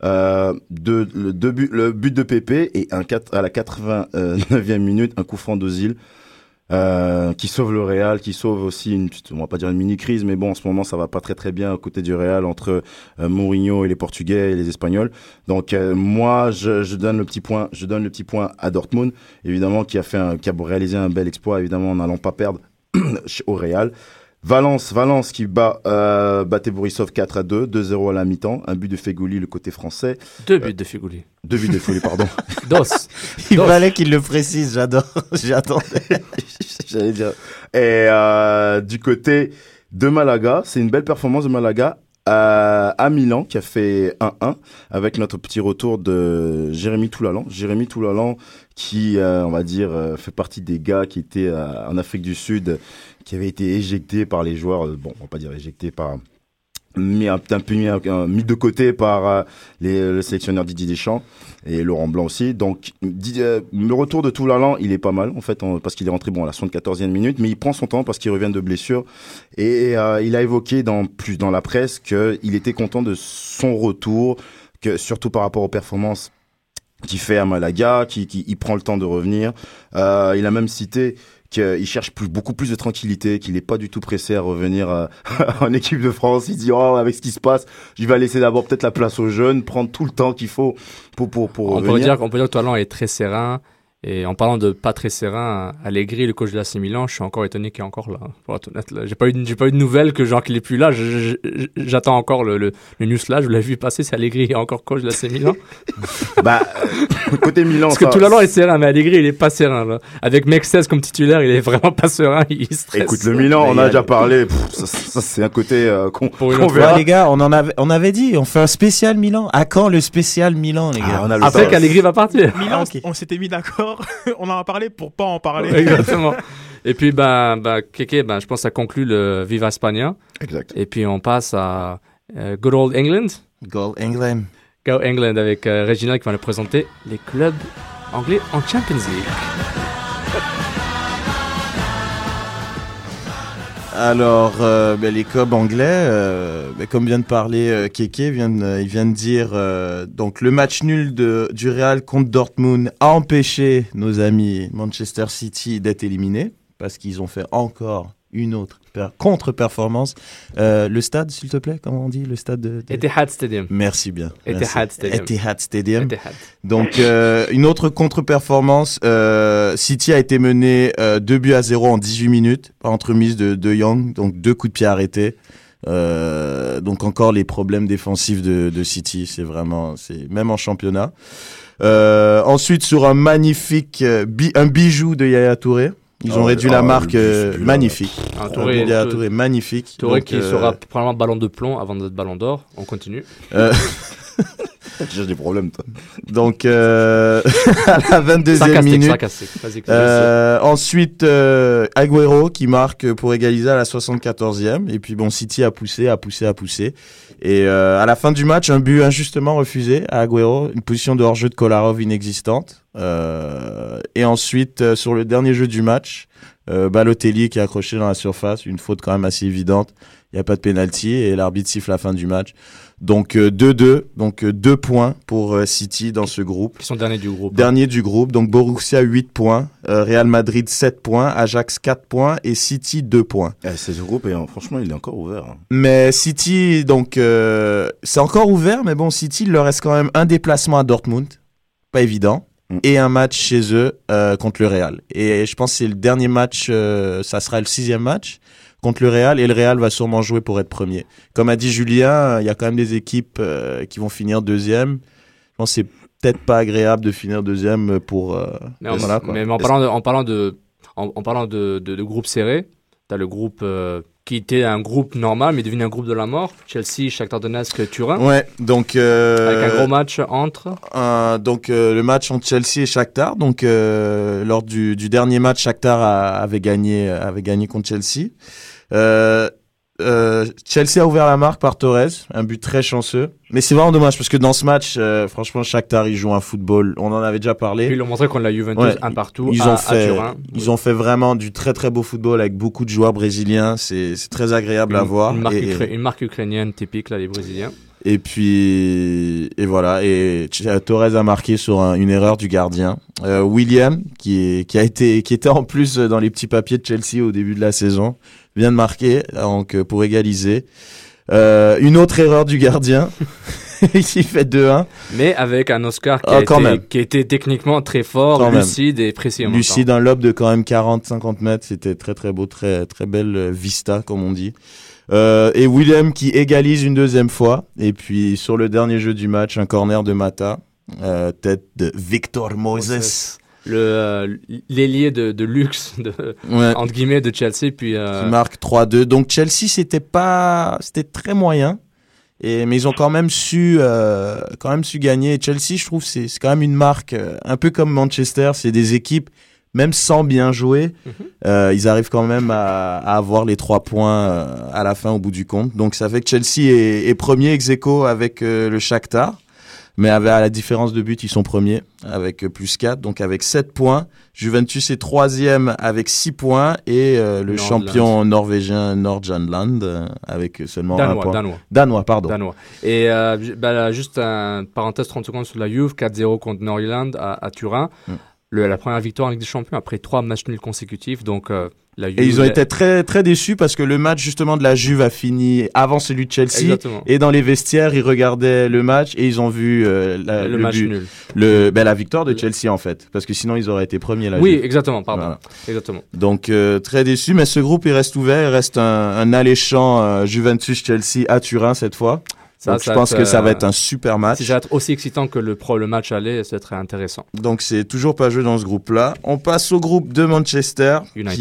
Le but de Pepe et à la 89e minute, un coup franc d'Ozil qui sauve le Real, qui sauve aussi on va pas dire une mini-crise, mais bon, en ce moment ça va pas très très bien à côté du Real entre Mourinho et les Portugais et les Espagnols. Donc moi je donne le petit point à Dortmund, évidemment, qui a réalisé un bel exploit, évidemment, en n'allant pas perdre au Real. Valence qui battait Borisov 4-2, 2-0 à la mi-temps, un but de Feghouli, le côté français. Deux buts de Feghouli, pardon. Il fallait qu'il le précise, j'attendais. J'allais dire. Et du côté de Malaga, c'est une belle performance de Malaga à Milan, qui a fait 1-1 avec notre petit retour de Jérémy Toulalan qui on va dire fait partie des gars qui étaient en Afrique du Sud, qui avaient été éjectés par les joueurs, on va pas dire éjectés mis de côté par le sélectionneur Didier Deschamps et Laurent Blanc aussi. Donc le retour de Toulalan, il est pas mal en fait, parce qu'il est rentré à la 74e minute, mais il prend son temps parce qu'il revient de blessure, et il a évoqué dans la presse qu'il était content de son retour, que surtout par rapport aux performances qu'il fait à Malaga, il prend le temps de revenir. Il a même cité qu'il cherche beaucoup plus de tranquillité, qu'il n'est pas du tout pressé à revenir en équipe de France. Il dit avec ce qui se passe, je vais laisser d'abord peut-être la place aux jeunes, prendre tout le temps qu'il faut pour revenir. On peut dire que Toulalan est très serein. Et en parlant de pas très serein, Allegri, le coach de l'AC Milan, je suis encore étonné qu'il est encore là. Pour être honnête, là. J'ai pas eu de nouvelles que qu'il est plus là. J'attends encore le news là. Je l'ai vu passer. C'est Allegri est encore coach de l'AC Milan. Côté Milan, parce que Toulalan est serein, mais Allegri il est pas serein là. Avec Mexes comme titulaire, il est vraiment pas serein. Il stresse. Écoute, le Milan, on a déjà parlé. Ça c'est un côté qu'on verra. Les gars, on avait dit, on fait un spécial Milan. À quand le spécial Milan, les gars? Après qu'Allegri va partir. Milan, on s'était mis d'accord. On en a parlé pour pas en parler. Exactement. Et puis, Keke, je pense que ça conclut le Viva España. Exact. Et puis, on passe à Good Old England. Go England. Go England avec Reginald qui va nous présenter les clubs anglais en Champions League. Alors, les clubs anglais, comme vient de parler Keke, il vient de dire donc le match nul du Real contre Dortmund a empêché nos amis Manchester City d'être éliminés, parce qu'ils ont fait encore une autre contre-performance. Le stade, s'il te plaît, comment on dit le stade de... Etihad Stadium. Merci bien. Etihad Stadium. Donc, une autre contre-performance. City a été mené 2-0 en 18 minutes par entremise de De Jong, donc 2 coups de pied arrêtés. Donc encore les problèmes défensifs de City, c'est même en championnat. Ensuite, sur un magnifique un bijou de Yaya Touré. Ils ont réduit la marque magnifique. Touré magnifique. Touré donc, qui sera probablement ballon de plomb avant d'être ballon d'or. On continue. J'ai des problèmes, toi. Donc, à la 22e minute. Ensuite, Agüero qui marque pour égaliser à la 74e. Et puis, City a poussé. Et à la fin du match, un but injustement refusé à Agüero. Une position de hors-jeu de Kolarov inexistante. Et ensuite, sur le dernier jeu du match, Balotelli qui est accroché dans la surface. Une faute quand même assez évidente. Il n'y a pas de penalty et l'arbitre siffle la fin du match. Donc 2-2, donc 2 points pour City dans ce groupe. Ils sont derniers du groupe. Dernier du groupe, donc Borussia 8 points, Real Madrid 7 points, Ajax 4 points et City 2 points. Ce groupe, franchement, il est encore ouvert. Hein. Mais City, donc c'est encore ouvert, mais bon, City, il leur reste quand même un déplacement à Dortmund, pas évident, et un match chez eux contre le Real. Et je pense que c'est le dernier match, ça sera le 6e match contre le Real, et le Real va sûrement jouer pour être premier. Comme a dit Julien, il y a quand même des équipes qui vont finir deuxième. Je pense que c'est peut-être pas agréable de finir deuxième pour... mais en parlant de groupe serré, tu as le groupe qui était un groupe normal, mais devenu un groupe de la mort. Chelsea, Shakhtar Donetsk, Turin. Ouais, donc... avec un gros match entre... le match entre Chelsea et Shakhtar. Donc, lors du dernier match, Shakhtar avait gagné contre Chelsea. Chelsea a ouvert la marque par Torres, un but très chanceux. Mais c'est vraiment dommage parce que dans ce match, franchement, Shakhtar, ils jouent un football. On en avait déjà parlé. Puis ils l'ont montré contre la Juventus, un partout à Turin. Ils ont fait vraiment du très très beau football avec beaucoup de joueurs brésiliens. C'est très agréable à voir. Une marque ukrainienne typique, là, les Brésiliens. Et puis, et voilà. Et Torres a marqué sur une erreur du gardien. William, qui était en plus dans les petits papiers de Chelsea au début de la saison, vient de marquer, donc, pour égaliser. Une autre erreur du gardien. Il fait 2-1. Mais avec un Oscar qui a été techniquement très fort, lucide et précis en même temps. Lucide, un lob de quand même 40-50 mètres. C'était très très beau, très, très belle vista, comme on dit. Et William qui égalise une deuxième fois. Et puis sur le dernier jeu du match, un corner de Mata, tête de Victor Moses. L'ailier de luxe entre guillemets de Chelsea, puis qui marque 3-2. Donc Chelsea c'était très moyen. Mais ils ont quand même su gagner. Et Chelsea, je trouve, c'est quand même une marque un peu comme Manchester. C'est des équipes, même sans bien jouer, ils arrivent quand même à avoir les 3 points à la fin, au bout du compte. Donc ça fait que Chelsea est premier ex-aequo avec le Shakhtar. Mais à la différence de but, ils sont premiers avec plus 4, donc avec 7 points. Juventus est 3e avec 6 points et le champion norvégien Nordjylland avec seulement 1 point. Danois. Et juste une parenthèse 30 secondes sur la Juve, 4-0 contre Nordjylland à Turin. La première victoire en Ligue des Champions après 3 matchs nuls consécutifs, donc... Et ils ont été très très déçus parce que le match justement de la Juve a fini avant celui de Chelsea. Exactement. Et dans les vestiaires ils regardaient le match et ils ont vu le match nul, la victoire de Chelsea en fait, parce que sinon ils auraient été premiers là. Oui, exactement, pardon. Voilà. Exactement. Donc très déçus, mais ce groupe il reste ouvert, il reste un alléchant Juventus-Chelsea à Turin cette fois. Donc je pense que ça va être un super match. Si ça va être aussi excitant que le match aller, ça serait intéressant. Donc c'est toujours pas joué dans ce groupe-là. On passe au groupe de Manchester.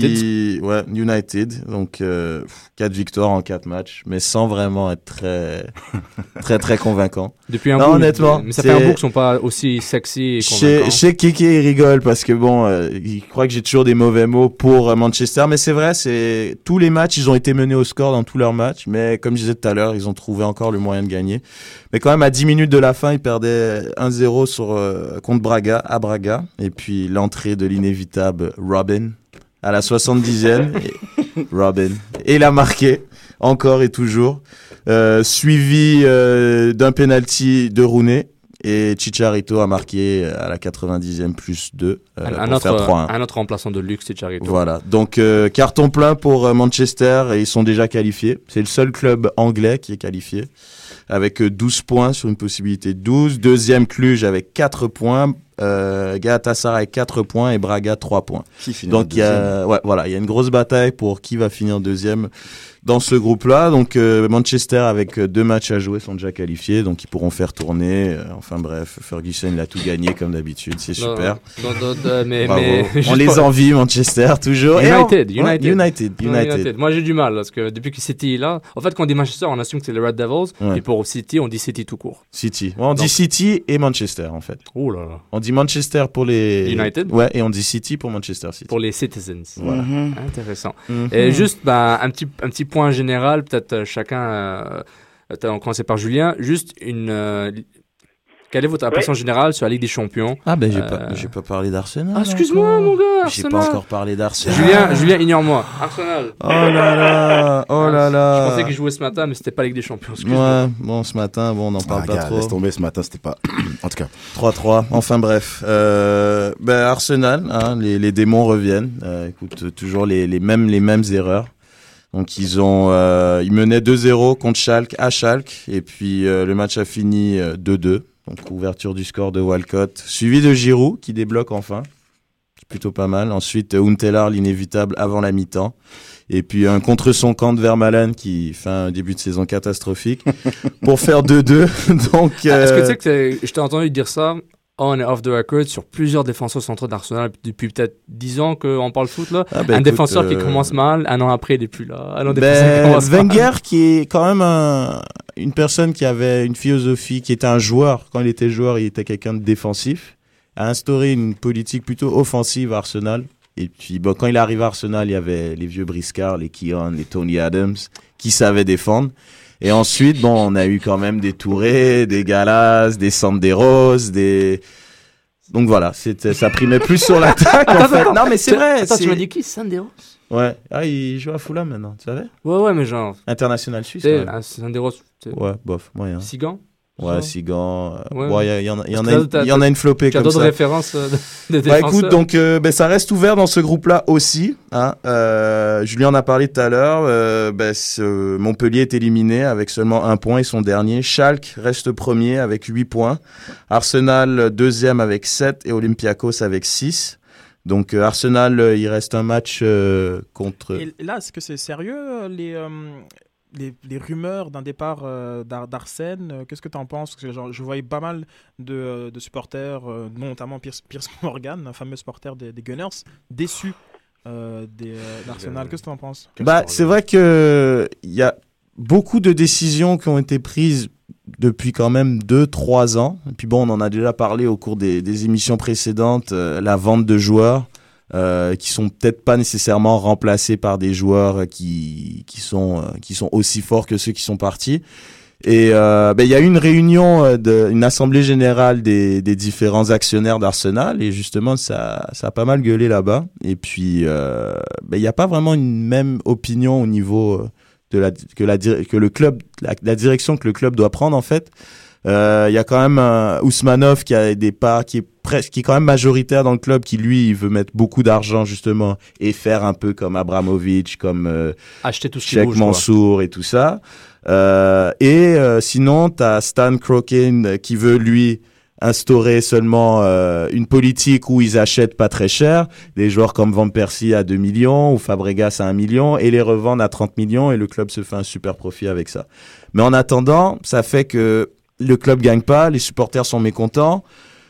United. Donc 4 victoires en 4 matchs, mais sans vraiment être très très très convaincant. Depuis un bout, honnêtement. Mais ça fait un bout qu'ils sont pas aussi sexy et convaincants. Chez Kiki, il rigole parce que bon, il croit que j'ai toujours des mauvais mots pour Manchester, mais c'est vrai, tous les matchs, ils ont été menés au score dans tous leurs matchs, mais comme je disais tout à l'heure, ils ont trouvé encore le moyen de gagner. Mais quand même, à 10 minutes de la fin, ils perdaient 1-0 contre Braga, à Braga. Et puis, l'entrée de l'inévitable Robin à la 70e. Robin. Et il a marqué, encore et toujours. Suivi d'un penalty de Rooney. Et Chicharito a marqué à la 90e plus 2 pour faire 3-1. Un autre remplaçant de luxe, Chicharito. Voilà. Donc, carton plein pour Manchester et ils sont déjà qualifiés. C'est le seul club anglais qui est qualifié avec 12 points sur une possibilité de 12. Deuxième, Cluj avec 4 points. Galatasaray 4 points et Braga 3 points. Donc, il y a une grosse bataille pour qui va finir deuxième dans ce groupe-là. Donc, Manchester, avec 2 matchs à jouer, sont déjà qualifiés. Donc, ils pourront faire tourner. Enfin, bref, Ferguson, il a tout gagné, comme d'habitude. C'est super. Mais on les envie, Manchester, toujours. United. Moi, j'ai du mal, parce que depuis que City est là, en fait, quand on dit Manchester, on assume que c'est les Red Devils. Ouais. Et pour City, on dit City tout court. City. On dit City et Manchester, en fait. Oh là là. On dit Manchester pour les... United. Ouais, et on dit City pour Manchester City. Pour les Citizens. Voilà. Intéressant. Et juste, un petit point général, peut-être chacun, on va commencer par Julien, juste Quelle est votre impression générale sur la Ligue des Champions? Ah ben j'ai pas parlé d'Arsenal. Ah, excuse-moi mon gars, J'ai Arsenal. pas encore parlé d'Arsenal. Julien, ignore-moi. Arsenal. Oh là là. Je pensais qu'il jouait ce matin, mais c'était pas Ligue des Champions. Excuse-moi. Ouais, bon ce matin, on n'en parle pas trop. Laisse tomber, ce matin c'était pas. En tout cas. 3-3. Enfin bref. Arsenal, hein, les démons reviennent. Écoute, toujours les mêmes erreurs. Donc ils menaient 2-0 contre Schalke à Schalke et puis le match a fini 2-2. Donc ouverture du score de Walcott, suivi de Giroud qui débloque enfin. C'est plutôt pas mal. Ensuite Huntelaar, l'inévitable avant la mi-temps. Et puis un contre son camp de Vermaelen qui fait un début de saison catastrophique pour faire 2-2. Donc est-ce que tu sais que je t'ai entendu dire ça on et off the record sur plusieurs défenseurs centraux d'Arsenal depuis peut-être 10 ans qu'on parle foot là. Défenseur qui commence mal, un an après il est plus là. Wenger qui est quand même une personne qui avait une philosophie, qui était un joueur. Quand il était joueur, il était quelqu'un de défensif. A instauré une politique plutôt offensive à Arsenal. Et puis quand il arrive à Arsenal, il y avait les vieux briscards, les Keown, les Tony Adams qui savaient défendre. Et ensuite, on a eu quand même des Touré, des Gallas, des Sanderos, donc voilà, ça primait plus sur l'attaque en fait. Non mais c'est vrai. Attends, tu m'as dit qui, Sanderos? Ouais. Ah, il joue à Fulham maintenant, tu savais? Ouais, mais genre. International suisse. Sanderos. Ouais, bof, moyen. Sigan? Ouais, Sigan. Ouais. Il y en a une flopée comme ça. Tu as d'autres références de défenseurs? Écoute, donc ça reste ouvert dans ce groupe-là aussi. Hein. Julien en a parlé tout à l'heure. Montpellier est éliminé avec seulement 1 point et son dernier. Schalke reste premier avec 8 points. Arsenal deuxième avec 7 et Olympiakos avec 6. Donc Arsenal, il reste un match contre... Et là, est-ce que c'est sérieux les rumeurs d'un départ d'Arsène, qu'est-ce que tu en penses? Parce que je voyais pas mal de supporters, notamment Piers Morgan, un fameux supporter des Gunners, déçus d'Arsenal. Qu'est-ce que tu en penses? C'est vrai qu'il y a beaucoup de décisions qui ont été prises depuis quand même 2-3 ans. Et puis on en a déjà parlé au cours des émissions précédentes, la vente de joueurs. Qui sont peut-être pas nécessairement remplacés par des joueurs qui sont aussi forts que ceux qui sont partis. Et il y a eu une réunion une assemblée générale des différents actionnaires d'Arsenal et justement ça a pas mal gueulé là-bas. Et puis il y a pas vraiment une même opinion au niveau que le club, la direction que le club doit prendre en fait. Il y a quand même Ousmanov qui a des parts, qui est quand même majoritaire dans le club, qui lui il veut mettre beaucoup d'argent justement et faire un peu comme Abramovich, comme acheter tout ce qui Cheikh bouge, Mansour et tout ça. Sinon t'as Stan Kroenke qui veut lui instaurer seulement une politique où ils achètent pas très cher, des joueurs comme Van Persie à 2 millions ou Fabregas à 1 million et les revendent à 30 millions et le club se fait un super profit avec ça. Mais en attendant, ça fait que le club gagne pas, les supporters sont mécontents.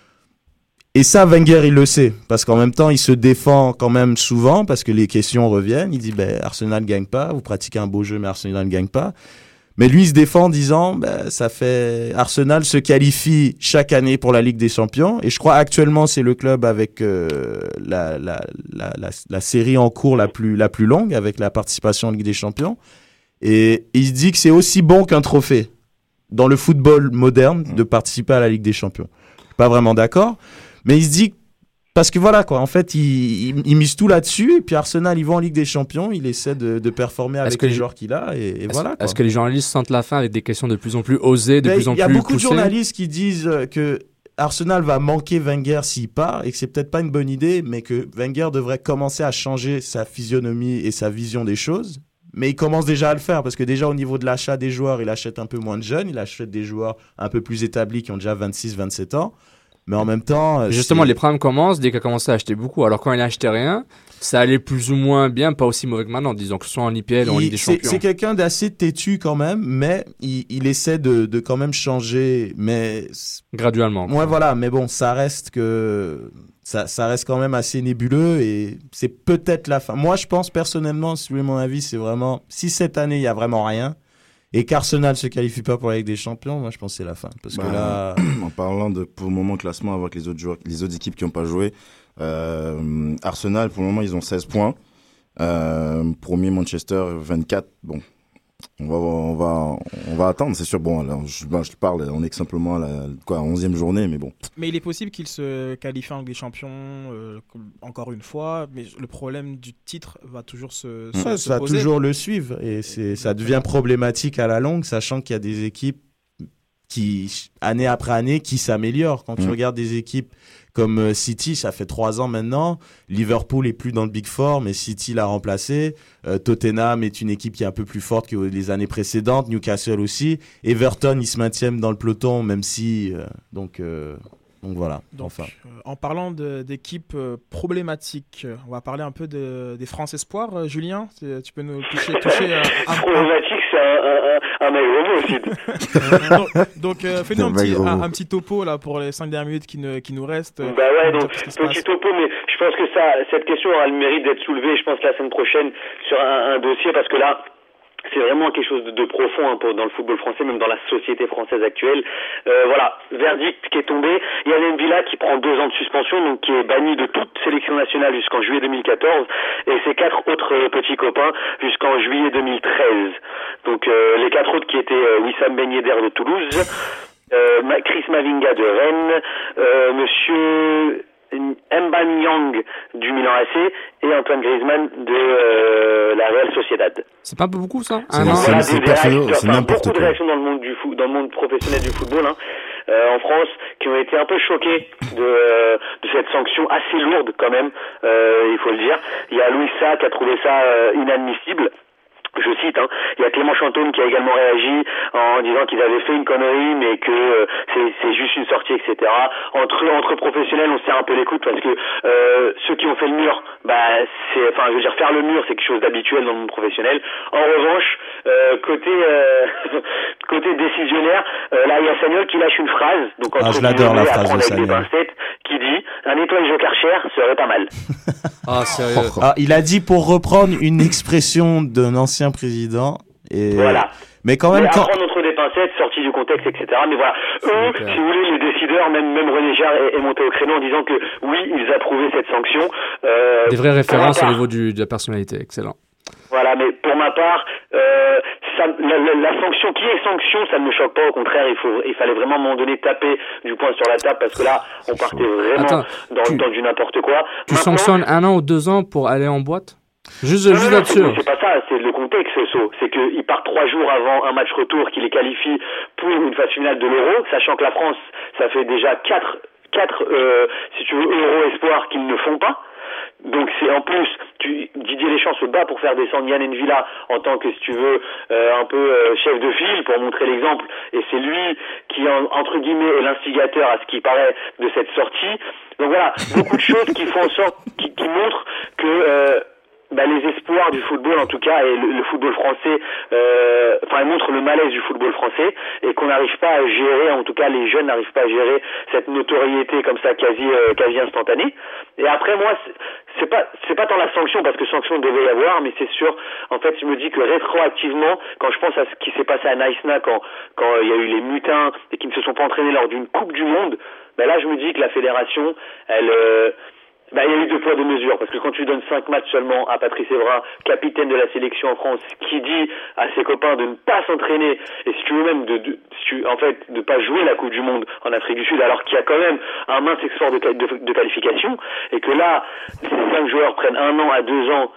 Et ça, Wenger, il le sait. Parce qu'en même temps, il se défend quand même souvent parce que les questions reviennent. Il dit, Arsenal gagne pas, vous pratiquez un beau jeu, mais Arsenal ne gagne pas. Mais lui, il se défend en disant, Arsenal se qualifie chaque année pour la Ligue des Champions. Et je crois actuellement, c'est le club avec la série en cours la plus longue, avec la participation en Ligue des Champions. Et il se dit que c'est aussi bon qu'un trophée dans le football moderne de participer à la Ligue des Champions. Pas vraiment d'accord, mais il se dit parce que voilà quoi, en fait il mise tout là-dessus et puis Arsenal ils vont en Ligue des Champions, il essaie de performer avec les joueurs qu'il a et voilà quoi. Est-ce que les journalistes sentent la fin avec des questions de plus en plus osées, de plus en plus poussées? Il y a beaucoup de journalistes qui disent que Arsenal va manquer Wenger s'il part et que c'est peut-être pas une bonne idée, mais que Wenger devrait commencer à changer sa physionomie et sa vision des choses. Mais il commence déjà à le faire parce que déjà au niveau de l'achat des joueurs, il achète un peu moins de jeunes, il achète des joueurs un peu plus établis qui ont déjà 26-27 ans. Mais en même temps... Justement, les problèmes commencent dès qu'il a commencé à acheter beaucoup. Alors quand il n'achetait rien, ça allait plus ou moins bien, pas aussi mauvais que maintenant, disons que ce soit en IPL ou en Ligue des Champions. C'est quelqu'un d'assez têtu quand même, mais il essaie de quand même changer, mais... Graduellement. Ouais, voilà, mais bon, ça reste quand même assez nébuleux et c'est peut-être la fin. Moi, je pense personnellement, si vous voulez mon avis, c'est vraiment... Si cette année, il n'y a vraiment rien et qu'Arsenal se qualifie pas pour la Ligue des Champions, moi, je pense que c'est la fin. Parce que là... En parlant pour le moment classement avec les autres équipes qui n'ont pas joué, Arsenal, pour le moment, ils ont 16 points. Premier Manchester, 24. Bon, On va attendre, c'est sûr. Bon, alors, je parle, on est que simplement à la 11e journée, mais bon. Mais il est possible qu'il se qualifie en Ligue des Champions encore une fois, mais le problème du titre va toujours se ça poser. Va toujours le suivre, et ça devient problématique à la longue, sachant qu'il y a des équipes qui, année après année, qui s'améliorent. Quand tu regardes des équipes comme City, ça fait 3 ans maintenant. Liverpool est plus dans le Big Four, mais City l'a remplacé. Tottenham est une équipe qui est un peu plus forte que les années précédentes. Newcastle aussi. Everton, ils se maintiennent dans le peloton, même si... Donc voilà. En parlant d'équipes problématiques, on va parler un peu des France Espoirs. Julien, tu peux nous toucher problématique, c'est un mec gros aussi. Donc fais-nous un petit topo là pour les 5 dernières minutes qui nous restent. Bah ouais, donc petit topo, mais je pense que cette question aura le mérite d'être soulevée, je pense, la semaine prochaine sur un dossier, parce que là, c'est vraiment quelque chose de profond dans le football français, même dans la société française actuelle. Voilà, verdict qui est tombé. Yann M'Vila qui prend 2 ans de suspension, donc qui est banni de toute sélection nationale jusqu'en juillet 2014, et ses 4 autres petits copains jusqu'en juillet 2013. Donc les 4 autres qui étaient Wissam Ben Yedder de Toulouse, Chris Mavinga de Rennes, Monsieur Mbanyang du Milan AC et Antoine Griezmann de la Real Sociedad. C'est pas un peu beaucoup ça? C'est n'importe quoi. Beaucoup de réactions dans le monde professionnel du football en France qui ont été un peu choqués de cette sanction assez lourde quand même, il faut le dire. Il y a Louis Sa qui a trouvé ça inadmissible. Je cite, il y a Clément Chantôme qui a également réagi en disant qu'ils avaient fait une connerie, mais que c'est juste une sortie, etc. Entre professionnels, on se serre un peu les coudes, parce que ceux qui ont fait le mur, faire le mur, c'est quelque chose d'habituel dans le monde professionnel. En revanche, côté décisionnaire, là il y a Sagnol qui lâche une phrase. Donc je l'adore la phrase de Sagnol. Qui dit un nettoyage au Karcher serait pas mal. Sérieux. Il a dit, pour reprendre une expression d'un ancien président, et voilà. Mais quand même, prendre entre des pincettes, sorti du contexte, etc. Mais voilà, eux, si vous voulez, les décideurs, même René Girard est monté au créneau en disant que oui, ils approuvaient cette sanction. Des vraies références au niveau de la personnalité, excellent. Voilà, mais pour ma part, la sanction, qui est sanction, ça ne me choque pas. Au contraire, il fallait vraiment à un moment donné taper du poing sur la table, parce que là, on partait vraiment dans du n'importe quoi. Tu sanctionnes 1 an ou 2 ans pour aller en boîte? Juste là-dessus. C'est pas ça, c'est le contexte, c'est qu'il part 3 jours avant un match retour qui les qualifie pour une phase finale de l'Euro, sachant que la France, ça fait déjà 4 si tu veux, Euro espoirs qu'ils ne font pas. Donc c'est en plus, Didier Deschamps se bat pour faire descendre Yann M'Vila en tant que, si tu veux, un peu chef de file, pour montrer l'exemple, et c'est lui qui, entre guillemets, est l'instigateur à ce qui paraît de cette sortie. Donc voilà, beaucoup de choses qui font en sorte, qui montrent que les espoirs du football, en tout cas, et le football français, montrent le malaise du football français, et qu'on n'arrive pas à gérer, en tout cas les jeunes n'arrivent pas à gérer cette notoriété comme ça quasi instantanée. Et après, moi, c'est pas tant la sanction, parce que sanction devait y avoir, mais c'est sûr, en fait, je me dis que rétroactivement, quand je pense à ce qui s'est passé à Naïsna, quand il y a eu les mutins et qui ne se sont pas entraînés lors d'une Coupe du Monde, là, je me dis que la fédération, il y a eu 2 poids 2 mesures, parce que quand tu donnes 5 matchs seulement à Patrice Evra, capitaine de la sélection en France, qui dit à ses copains de ne pas s'entraîner, et si tu veux même de pas jouer la Coupe du Monde en Afrique du Sud, alors qu'il y a quand même un mince effort de qualification, et que là, ces 5 joueurs prennent 1 an à 2 ans,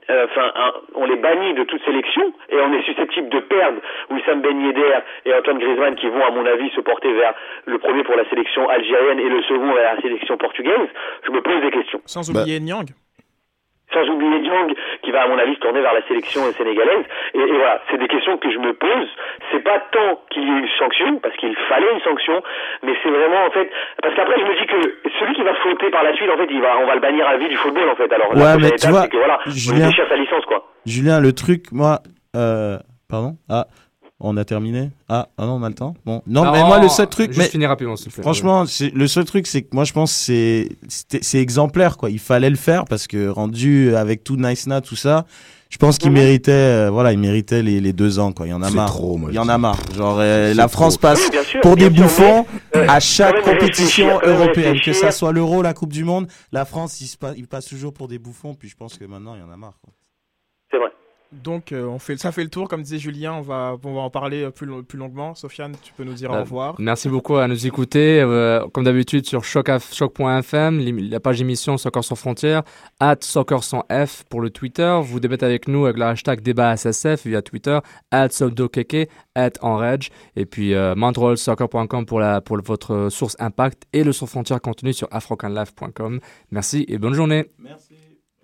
on les bannit de toute sélection, et on est susceptible de perdre Wissam Ben Yedder et Antoine Griezmann, qui vont, à mon avis, se porter vers le premier pour la sélection algérienne et le second vers la sélection portugaise. Je me pose des questions. Sans oublier Niang. Sans oublier Niang, qui va, à mon avis, se tourner vers la sélection sénégalaise. Et voilà, c'est des questions que je me pose. C'est pas tant qu'il y ait une sanction, parce qu'il fallait une sanction, mais c'est vraiment, en fait, parce qu'après, je me dis que celui qui va fauter par la suite, en fait, on va le bannir à vie du football, en fait. Alors, la mais tu vois, c'est que voilà, Julien, on déchire sa licence, quoi. Julien, le truc, moi, pardon? On a terminé? Non, on a le temps? Bon. Non, mais moi, le seul truc. Juste finir rapidement, s'il te plaît. Franchement, le seul truc, c'est que moi, je pense que c'est exemplaire, quoi. Il fallait le faire, parce que rendu avec tout Naïsna, tout ça, je pense qu'il méritait, il méritait les 2 ans, quoi. Il y en a marre. Il y en a marre. Genre, la France passe pour des bouffons à chaque compétition européenne. Que ça soit l'Euro, la Coupe du Monde, la France, il passe toujours pour des bouffons, puis je pense que maintenant, il y en a marre, quoi. C'est vrai. Donc, ça fait le tour, comme disait Julien, on va en parler plus longuement. Sofiane, tu peux nous dire au revoir. Merci beaucoup à nous écouter. Comme d'habitude, sur choc.fm, la page émission Soccer sans frontières, @soccer sans F pour le Twitter. Vous débattez avec nous avec le hashtag débat SSF via Twitter, @soldokeke, @enrage, et puis montrealsoccer.com pour votre source impact et le sans frontières contenu sur afrocanlife.com. Merci et bonne journée. Merci.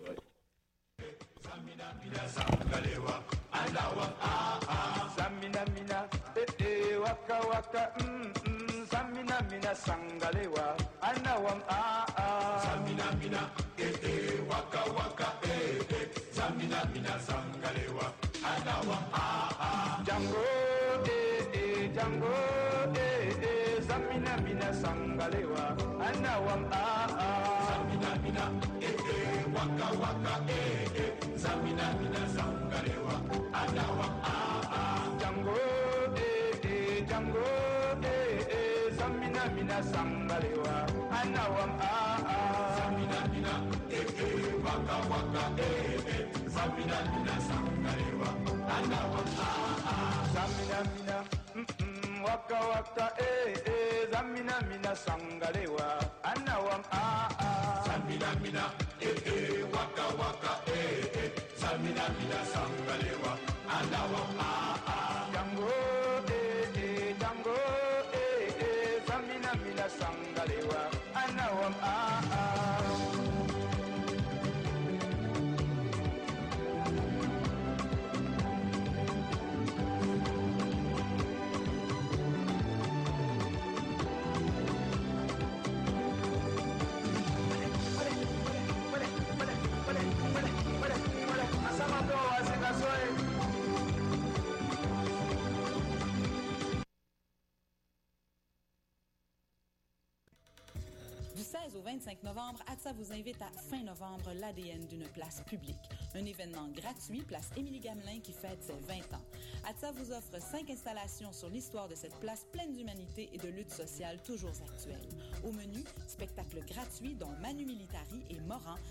Sangalewa, anawam Samina mina, waka waka, Samina mina sangalewa, anawam Django, Django, Samina mina sangalewa, anawam Samina mina, waka waka, Samina mina sangalewa, anawam Django, Django. Mina sangalewa, anawam Samina mina, waka waka, Samina mina sangalewa, anawam Samina mina, waka waka, Samina mina sangalewa, anawam Samina mina, waka waka, Samina mina sangalewa, anawam Django, Django. Samina mina sangalewa, anawam Du 16 au 25 novembre, ATSA vous invite à Fin novembre, l'ADN d'une place publique. Un événement gratuit, place Émilie-Gamelin qui fête ses 20 ans. ATSA vous offre 5 installations sur l'histoire de cette place pleine d'humanité et de lutte sociale toujours actuelle. Au menu, spectacles gratuits dont Manu Militari et Moran